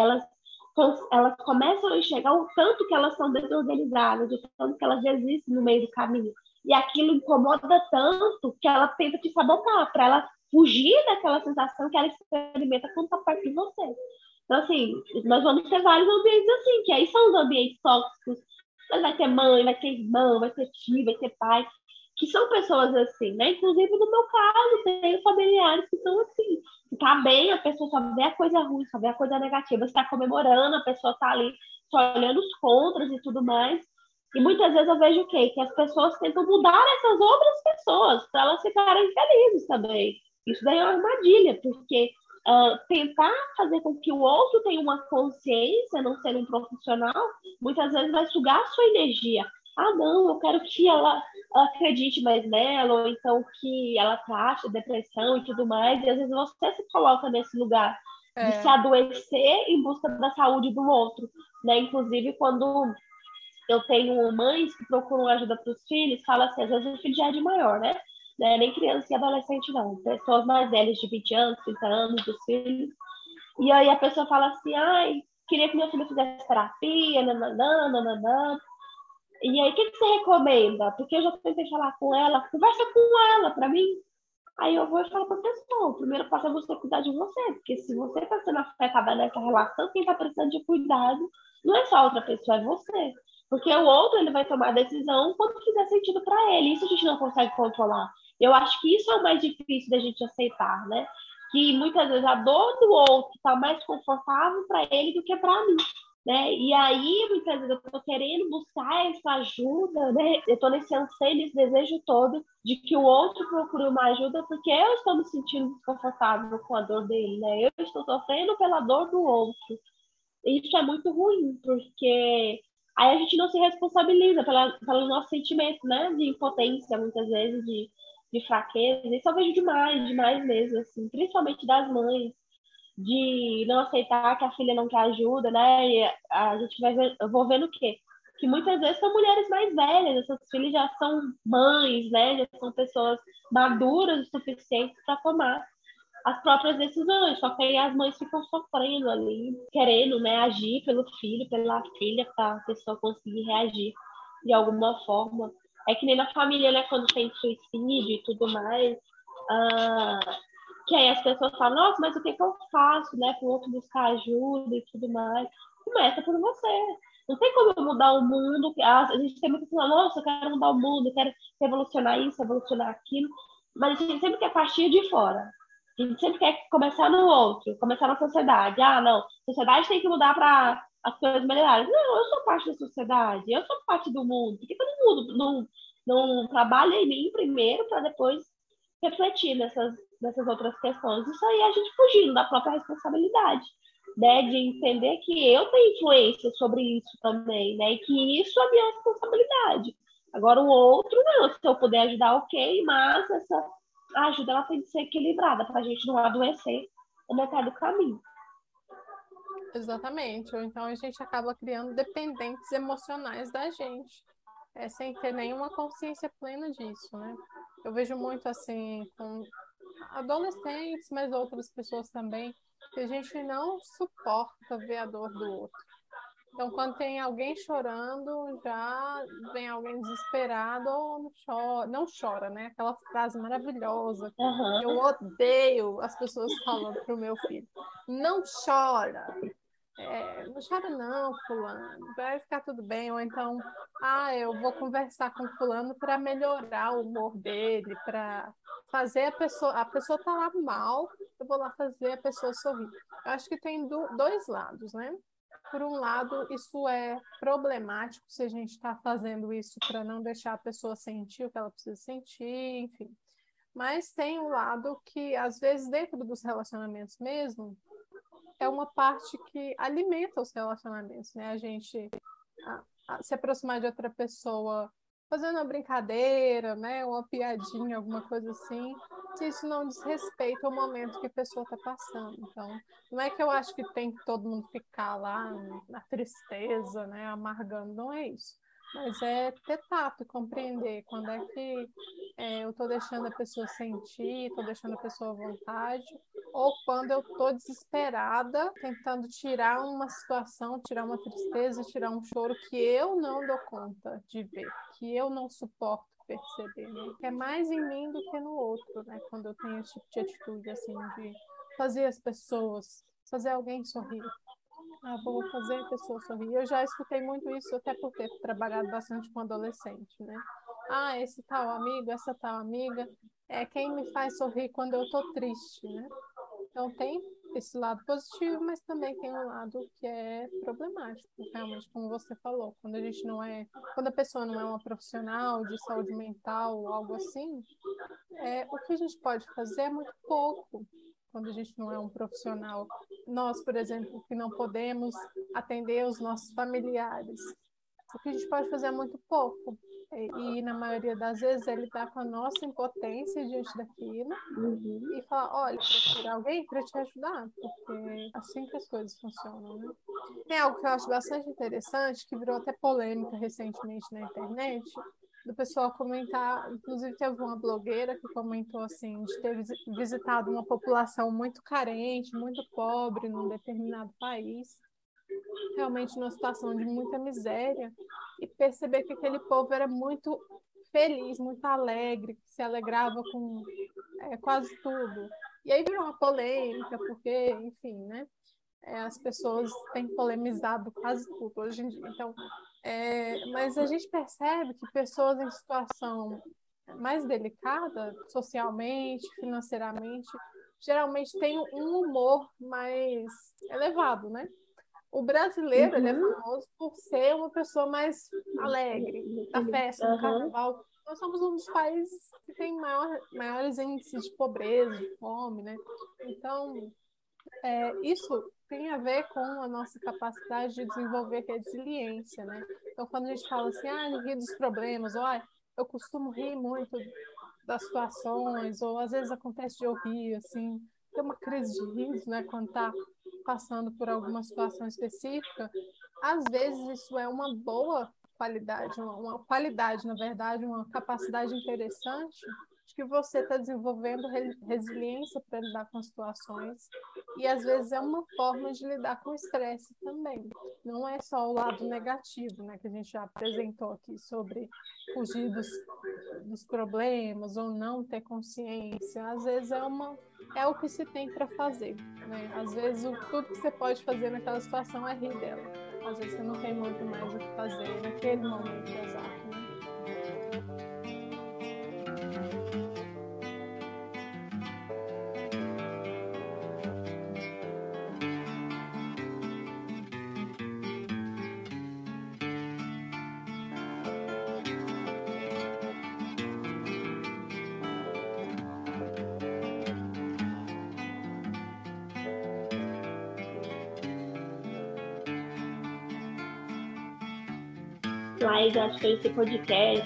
elas começam a enxergar o tanto que elas são desorganizadas, o tanto que elas desistem no meio do caminho. E aquilo incomoda tanto que ela tenta te sabotar, para ela fugir daquela sensação que ela experimenta quando está perto de você. Então, assim, nós vamos ter vários ambientes assim, que aí são os ambientes tóxicos. Mas vai ter mãe, vai ter irmão, vai ter tio, vai ter pai, que são pessoas assim, né? Inclusive, no meu caso, tenho familiares que são assim. Tá bem, a pessoa só vê a coisa ruim, só vê a coisa negativa. Você tá comemorando, a pessoa tá ali só olhando os contras e tudo mais. E muitas vezes eu vejo o quê? Que as pessoas tentam mudar essas outras pessoas para elas ficarem felizes também. Isso daí é uma armadilha, porque tentar fazer com que o outro tenha uma consciência, não ser um profissional, muitas vezes vai sugar a sua energia. Ah, não, eu quero que ela acredite mais nela, ou então que ela trate depressão e tudo mais, e às vezes você se coloca nesse lugar de se adoecer em busca da saúde do outro, né? Inclusive, quando eu tenho mães que procuram ajuda para os filhos, fala assim, às vezes o filho já é de maior, né? Nem criança e adolescente, não. Pessoas mais velhas, de 20 anos, 30 anos, dos filhos. E aí a pessoa fala assim, ai, queria que meu filho fizesse terapia, nananã, nananã. E aí, o que você recomenda? Porque eu já tentei falar com ela, conversa com ela, para mim. Aí eu vou e falo para a pessoa, o primeiro passo é você cuidar de você, porque se você está sendo afetada nessa relação, quem está precisando de cuidado não é só a outra pessoa, é você. Porque o outro, ele vai tomar a decisão quando fizer sentido para ele. Isso a gente não consegue controlar. Eu acho que isso é o mais difícil da gente aceitar, né? Que muitas vezes a dor do outro está mais confortável para ele do que para mim. Né? E aí, muitas vezes, eu estou querendo buscar essa ajuda, né? Eu estou nesse anseio, nesse desejo todo de que o outro procure uma ajuda, porque eu estou me sentindo desconfortável com a dor dele, né? Eu estou sofrendo pela dor do outro. E isso é muito ruim, porque aí a gente não se responsabiliza pelo nosso sentimento, né? De impotência, muitas vezes, de fraqueza. Isso eu vejo demais mesmo, assim, principalmente das mães, de não aceitar que a filha não quer ajuda, né? E a gente vai ver, eu vou vendo o quê? que muitas vezes são mulheres mais velhas, essas filhas já são mães, né? Já são pessoas maduras o suficiente para tomar as próprias decisões, só que aí as mães ficam sofrendo ali, querendo, né, agir pelo filho, pela filha, para a pessoa conseguir reagir de alguma forma. É que nem na família, né, quando tem suicídio e tudo mais, que aí as pessoas falam, nossa, mas o que eu faço, né, para o outro buscar ajuda e tudo mais. Começa por você. Não tem como eu mudar o mundo. A gente tem muita pessoa, nossa, eu quero mudar o mundo, eu quero revolucionar isso, revolucionar aquilo, mas a gente sempre quer partir de fora. A gente sempre quer começar no outro, começar na sociedade. Ah, não, a sociedade tem que mudar para as coisas melhorarem. Não, eu sou parte da sociedade, eu sou parte do mundo. Por que todo mundo não trabalha em mim primeiro para depois refletir nessas outras questões? Isso aí é a gente fugindo da própria responsabilidade, né? De entender que eu tenho influência sobre isso também, né? E que isso é minha responsabilidade. Agora, o outro, não. Se eu puder ajudar, ok, mas a ajuda ela tem que ser equilibrada para a gente não adoecer na metade do caminho. Exatamente. Ou então a gente acaba criando dependentes emocionais da gente, sem ter nenhuma consciência plena disso, né? Eu vejo muito assim com adolescentes, mas outras pessoas também, que a gente não suporta ver a dor do outro. Então, quando tem alguém chorando, já vem alguém desesperado ou não chora, né? Aquela frase maravilhosa. Uhum. Eu odeio as pessoas falando pro meu filho: não chora. Não chora não, fulano, vai ficar tudo bem. Ou então, eu vou conversar com fulano para melhorar o humor dele, para fazer a pessoa tá lá mal, eu vou lá fazer a pessoa sorrir. Eu acho que tem dois lados, né? Por um lado, isso é problemático se a gente está fazendo isso para não deixar a pessoa sentir o que ela precisa sentir, enfim. Mas tem um lado que, às vezes, dentro dos relacionamentos mesmo, é uma parte que alimenta os relacionamentos, né? A gente se aproximar de outra pessoa fazendo uma brincadeira, né? Uma piadinha, alguma coisa assim, se isso não desrespeita o momento que a pessoa está passando. Então, não é que eu acho que tem que todo mundo ficar lá na tristeza, né? Amargando, não é isso. Mas é ter tato e compreender quando é que eu estou deixando a pessoa sentir, estou deixando a pessoa à vontade, ou quando eu estou desesperada, tentando tirar uma situação, tirar uma tristeza, tirar um choro que eu não dou conta de ver, que eu não suporto perceber, né? Que é mais em mim do que no outro, né? Quando eu tenho esse tipo de atitude, assim, de fazer as pessoas, fazer alguém sorrir. Vou fazer a pessoa sorrir. Eu já escutei muito isso, até por ter trabalhado bastante com adolescente, né? Esse tal amigo, essa tal amiga é quem me faz sorrir quando eu tô triste, né? Então tem esse lado positivo, mas também tem um lado que é problemático, realmente, como você falou, quando a pessoa não é uma profissional de saúde mental ou algo assim, o que a gente pode fazer é muito pouco quando a gente não é um profissional. Nós, por exemplo, que não podemos atender os nossos familiares, o que a gente pode fazer é muito pouco. E na maioria das vezes é lidar com a nossa impotência diante daquilo e falar, olha, procurar alguém para te ajudar, porque é assim que as coisas funcionam, né? Tem algo que eu acho bastante interessante, que virou até polêmica recentemente na internet, do pessoal comentar, inclusive teve uma blogueira que comentou assim, de ter visitado uma população muito carente, muito pobre num determinado país, realmente numa situação de muita miséria, e perceber que aquele povo era muito feliz, muito alegre, que se alegrava com quase tudo. E aí virou uma polêmica, porque, enfim, né? As pessoas têm polemizado quase tudo hoje em dia. Então, mas a gente percebe que pessoas em situação mais delicada, socialmente, financeiramente, geralmente têm um humor mais elevado, né? O brasileiro, ele é famoso por ser uma pessoa mais alegre, da festa, do carnaval. Nós somos um dos países que tem maiores índices de pobreza, de fome, né? Então, isso tem a ver com a nossa capacidade de desenvolver resiliência, né? Então, quando a gente fala assim, rir dos problemas, eu costumo rir muito das situações, ou às vezes acontece de eu rir, assim, ter uma crise de riso, né? Quando tá passando por alguma situação específica, às vezes isso é uma boa uma qualidade, na verdade, uma capacidade interessante de que você está desenvolvendo resiliência para lidar com situações, e às vezes é uma forma de lidar com o estresse também. Não é só o lado negativo, né, que a gente já apresentou aqui sobre fugir dos problemas ou não ter consciência. Às vezes é o que se tem para fazer, né? Às vezes tudo que você pode fazer naquela situação é rir dela. Às vezes você não tem muito mais o que fazer naquele momento exato, né? Mas acho que esse podcast,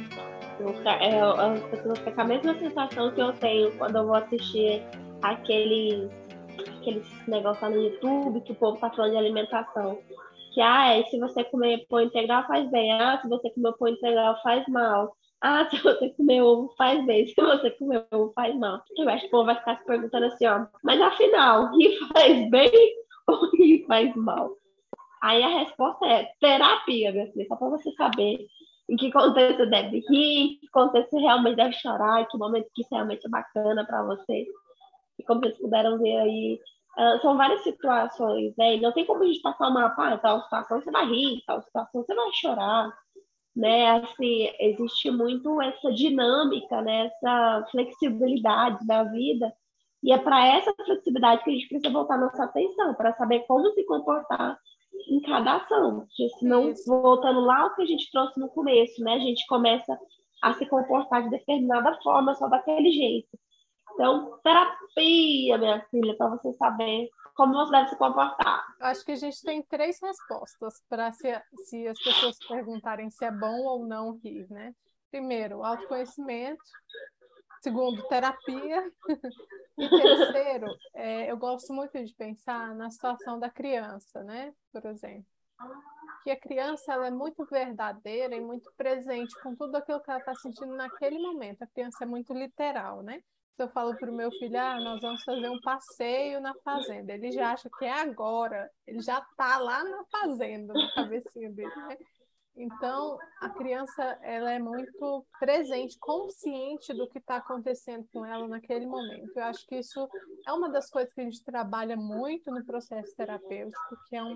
as pessoas ficam com a mesma sensação que eu tenho quando eu vou assistir aqueles negócios lá no YouTube que o povo tá falando de alimentação. Que, se você comer pão integral faz bem. Se você comer pão integral faz mal. Se você comer ovo faz bem. Se você comer ovo faz mal. Eu acho que o povo vai ficar se perguntando assim, mas afinal, rir faz bem ou rir faz mal? Aí a resposta é terapia, minha filha, só para você saber em que contexto você deve rir, em que contexto você realmente deve chorar, em que momento que isso realmente é bacana para você. E como vocês puderam ver aí, são várias situações, né? E não tem como a gente passar uma tal situação você vai rir, tal situação você vai chorar, né? Assim, existe muito essa dinâmica, né? Essa flexibilidade da vida. E é para essa flexibilidade que a gente precisa voltar nossa atenção, para saber como se comportar em cada ação. Porque senão, voltando lá ao que a gente trouxe no começo, né? A gente começa a se comportar de determinada forma, só daquele jeito. Então, terapia, minha filha, para você saber como você deve se comportar. Eu acho que a gente tem 3 respostas para se as pessoas perguntarem se é bom ou não rir, né? Primeiro, autoconhecimento. Segundo, terapia. E terceiro, eu gosto muito de pensar na situação da criança, né? Por exemplo. Que a criança ela é muito verdadeira e muito presente com tudo aquilo que ela está sentindo naquele momento. A criança é muito literal, né? Se eu falo para o meu filho, nós vamos fazer um passeio na fazenda, ele já acha que é agora, ele já está lá na fazenda, na cabecinha dele, né? Então, a criança ela é muito presente, consciente do que está acontecendo com ela naquele momento. Eu acho que isso é uma das coisas que a gente trabalha muito no processo terapêutico, que é um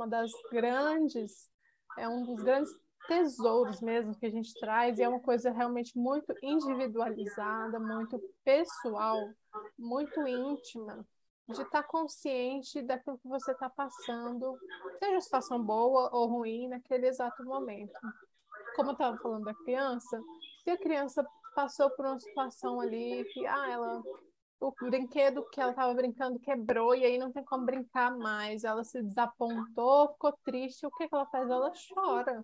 dos grandes tesouros mesmo que a gente traz, e é uma coisa realmente muito individualizada, muito pessoal, muito íntima, de estar consciente daquilo que você está passando, seja situação boa ou ruim naquele exato momento. Como eu estava falando da criança, se a criança passou por uma situação ali que o brinquedo que ela estava brincando quebrou e aí não tem como brincar mais, ela se desapontou, ficou triste, o que ela faz? Ela chora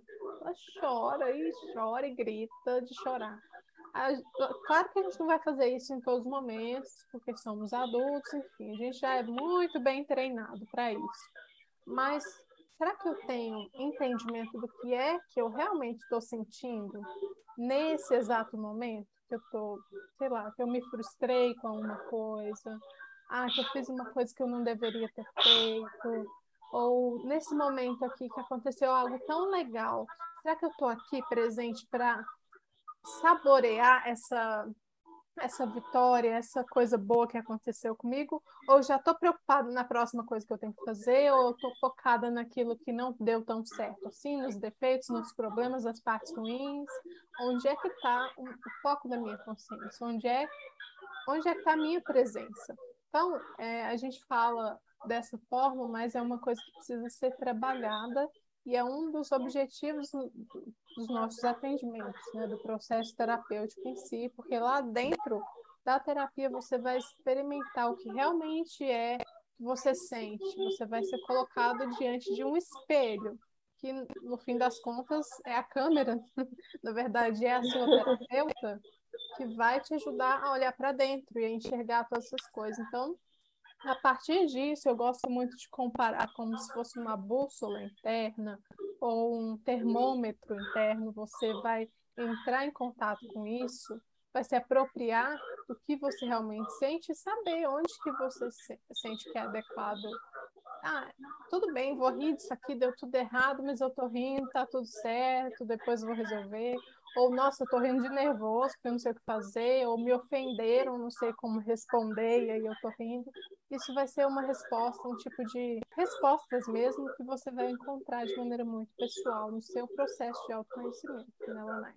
e grita de chorar. Claro que a gente não vai fazer isso em todos os momentos, porque somos adultos, enfim, a gente já é muito bem treinado para isso. Mas será que eu tenho entendimento do que é que eu realmente estou sentindo nesse exato momento? Que eu estou, sei lá, que eu me frustrei com alguma coisa, que eu fiz uma coisa que eu não deveria ter feito, ou nesse momento aqui que aconteceu algo tão legal, será que eu estou aqui presente para saborear essa vitória, essa coisa boa que aconteceu comigo, ou já estou preocupada na próxima coisa que eu tenho que fazer, ou estou focada naquilo que não deu tão certo, assim, nos defeitos, nos problemas, nas partes ruins? Onde é que está o foco da minha consciência? Onde é que está a minha presença? Então, a gente fala dessa forma, mas é uma coisa que precisa ser trabalhada e é um dos objetivos dos nossos atendimentos, né, do processo terapêutico em si, porque lá dentro da terapia você vai experimentar o que realmente é que você sente, você vai ser colocado diante de um espelho, que no fim das contas é a câmera, na verdade é a sua terapeuta, que vai te ajudar a olhar para dentro e a enxergar todas essas coisas. Então, a partir disso, eu gosto muito de comparar como se fosse uma bússola interna ou um termômetro interno, você vai entrar em contato com isso, vai se apropriar do que você realmente sente e saber onde que você sente que é adequado. Ah, tudo bem, vou rir disso aqui, deu tudo errado, mas eu tô rindo, tá tudo certo, depois eu vou resolver. Ou, nossa, eu tô rindo de nervoso, porque eu não sei o que fazer, ou me ofenderam, não sei como responder, e aí eu tô rindo. Isso vai ser uma resposta, um tipo de respostas mesmo que você vai encontrar de maneira muito pessoal no seu processo de autoconhecimento, né, Lanai?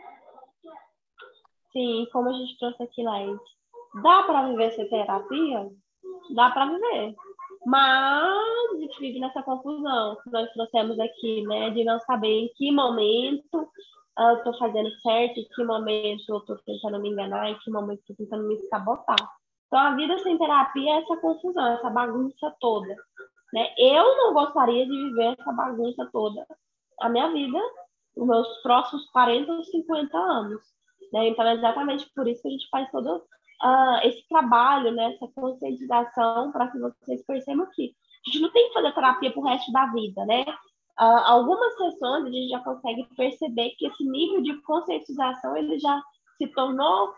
Sim, como a gente trouxe aqui, Laís, dá para viver sem terapia? Dá para viver. Mas a gente vive nessa confusão que nós trouxemos aqui, né? De não saber em que momento eu estou fazendo certo, em que momento eu estou tentando me enganar, em que momento eu estou tentando me sabotar. Então, a vida sem terapia é essa confusão, essa bagunça toda, né? Eu não gostaria de viver essa bagunça toda. A minha vida, os meus próximos 40 ou 50 anos, né? Então, é exatamente por isso que a gente faz todo esse trabalho, né? Essa conscientização para que vocês percebam que a gente não tem que fazer terapia para o resto da vida, né? Algumas sessões a gente já consegue perceber que esse nível de conscientização ele já se tornou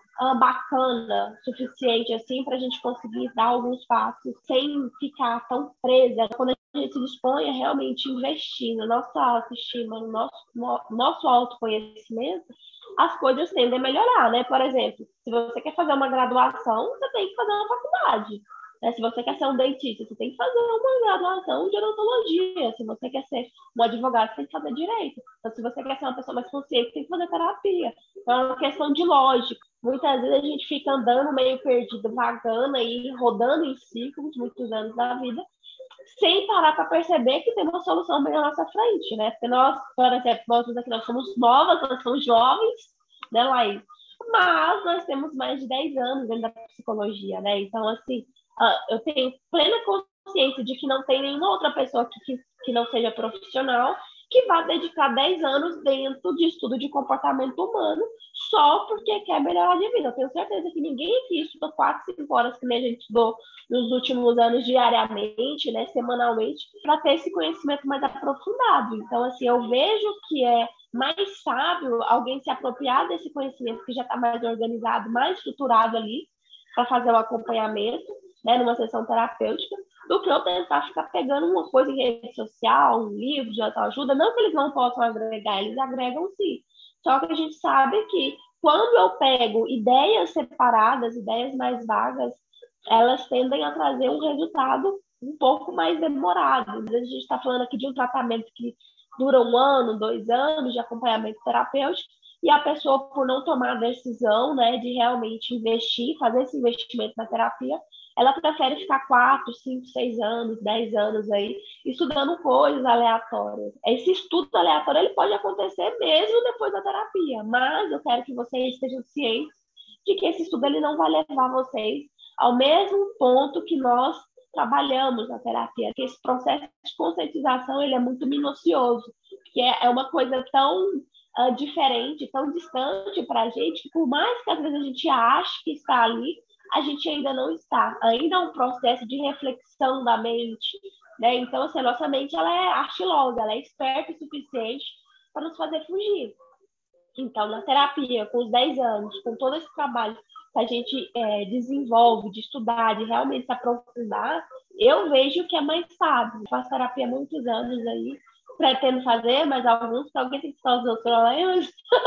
bacana, suficiente assim para a gente conseguir dar alguns passos sem ficar tão presa. Quando a gente se dispõe a realmente investir na nossa autoestima, no nosso autoconhecimento, as coisas tendem a melhorar, né? Por exemplo, se você quer fazer uma graduação, você tem que fazer uma faculdade. Né? Se você quer ser um dentista, você tem que fazer uma graduação de odontologia. Se você quer ser um advogado, você tem que fazer direito. Então, se você quer ser uma pessoa mais consciente, você tem que fazer terapia. Então, é uma questão de lógica. Muitas vezes a gente fica andando meio perdido, vagando aí, rodando em ciclos, muitos anos da vida, sem parar para perceber que tem uma solução bem à nossa frente, né? Porque nós, por exemplo, nós somos novas, nós somos jovens, né, Laís? Mas nós temos mais de 10 anos dentro da psicologia, né? Então, assim, eu tenho plena consciência de que não tem nenhuma outra pessoa que não seja profissional que vá dedicar 10 anos dentro de estudo de comportamento humano só porque quer melhorar de vida. Eu tenho certeza que ninguém aqui estuda 4, 5 horas que nem a gente estudou nos últimos anos diariamente, né, semanalmente, para ter esse conhecimento mais aprofundado. Então, assim, eu vejo que é mais sábio alguém se apropriar desse conhecimento que já está mais organizado, mais estruturado ali, para fazer o acompanhamento, né, numa sessão terapêutica, do que eu tentar ficar pegando uma coisa em rede social, um livro de autoajuda. Não que eles não possam agregar, eles agregam sim. Só que a gente sabe que quando eu pego ideias separadas, ideias mais vagas, elas tendem a trazer um resultado um pouco mais demorado. Às vezes a gente está falando aqui de um tratamento que dura 1 ano, 2 anos de acompanhamento terapêutico, e a pessoa, por não tomar a decisão, né, de realmente investir, fazer esse investimento na terapia, ela prefere ficar 4, 5, 6 anos, 10 anos aí, estudando coisas aleatórias. Esse estudo aleatório ele pode acontecer mesmo depois da terapia, mas eu quero que vocês estejam cientes de que esse estudo ele não vai levar vocês ao mesmo ponto que nós trabalhamos na terapia, que esse processo de conscientização ele é muito minucioso, que é uma coisa tão diferente, tão distante para a gente, que por mais que às vezes a gente ache que está ali, a gente ainda não está. Ainda é um processo de reflexão da mente, né? Então, assim, a nossa mente ela é artilosa, ela é esperta o suficiente para nos fazer fugir. Então, na terapia, com os 10 anos, com todo esse trabalho que a gente desenvolve, de estudar, de realmente se aprofundar, eu vejo que é mais sábio. Faço terapia há muitos anos aí, pretendo fazer, mas alguém tem que estar os meus problemas.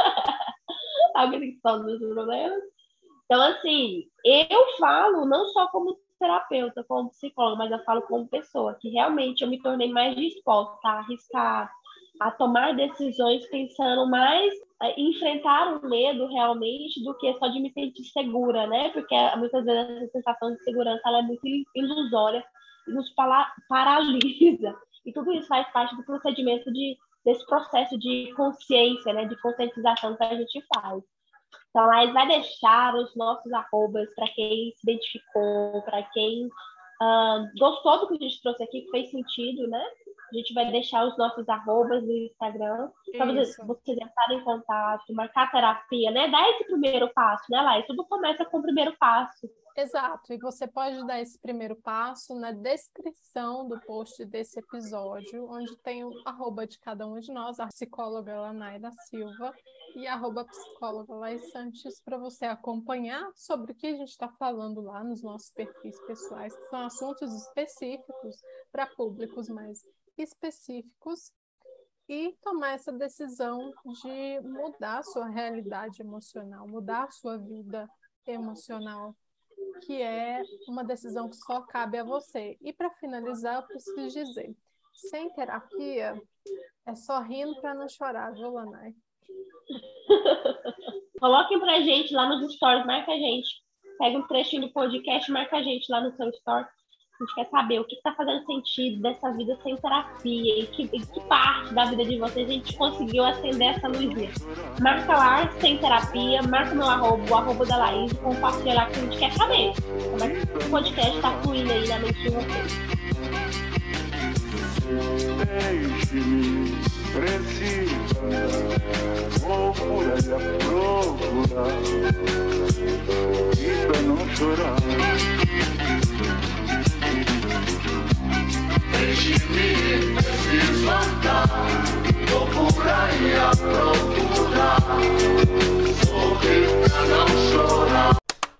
Alguém tem que estar os meus problemas. Então, assim, eu falo não só como terapeuta, como psicóloga, mas eu falo como pessoa, que realmente eu me tornei mais disposta a arriscar, a tomar decisões pensando mais em enfrentar o medo realmente do que só de me sentir segura, né? Porque muitas vezes essa sensação de segurança ela é muito ilusória e nos paralisa. E tudo isso faz parte do procedimento desse processo de consciência, né? De conscientização que a gente faz. Então, a Laís vai deixar os nossos arrobas para quem se identificou, para quem gostou do que a gente trouxe aqui, que fez sentido, né? A gente vai deixar os nossos arrobas no Instagram para vocês entrarem em contato, marcar terapia, né? Dar esse primeiro passo, né, Laís? Tudo começa com o primeiro passo. Exato, e você pode dar esse primeiro passo na descrição do post desse episódio, onde tem o @ de cada um de nós, a psicóloga Lanaida Silva e a @psicóloga Laís Sanches, para você acompanhar sobre o que a gente está falando lá nos nossos perfis pessoais, que são assuntos específicos para públicos mais específicos, e tomar essa decisão de mudar a sua realidade emocional, mudar a sua vida emocional, que é uma decisão que só cabe a você. E para finalizar, eu preciso dizer, sem terapia, é só rindo para não chorar, viu, Lanai? Coloquem pra gente lá nos stories, marca a gente. Pega um trechinho do podcast, marca a gente lá no seu story. A gente quer saber o que está fazendo sentido dessa vida sem terapia e que parte da vida de vocês a gente conseguiu acender essa luzinha. Marca lá, sem terapia, marca meu @, o @ da Laís, compartilha lá que a gente quer saber como é que o podcast está fluindo aí na mente de vocês. Deixe-me, precisa, vou por aí a procurar, e pra não chorar. Deixe-me, preciso andar, vou por aí a procurar.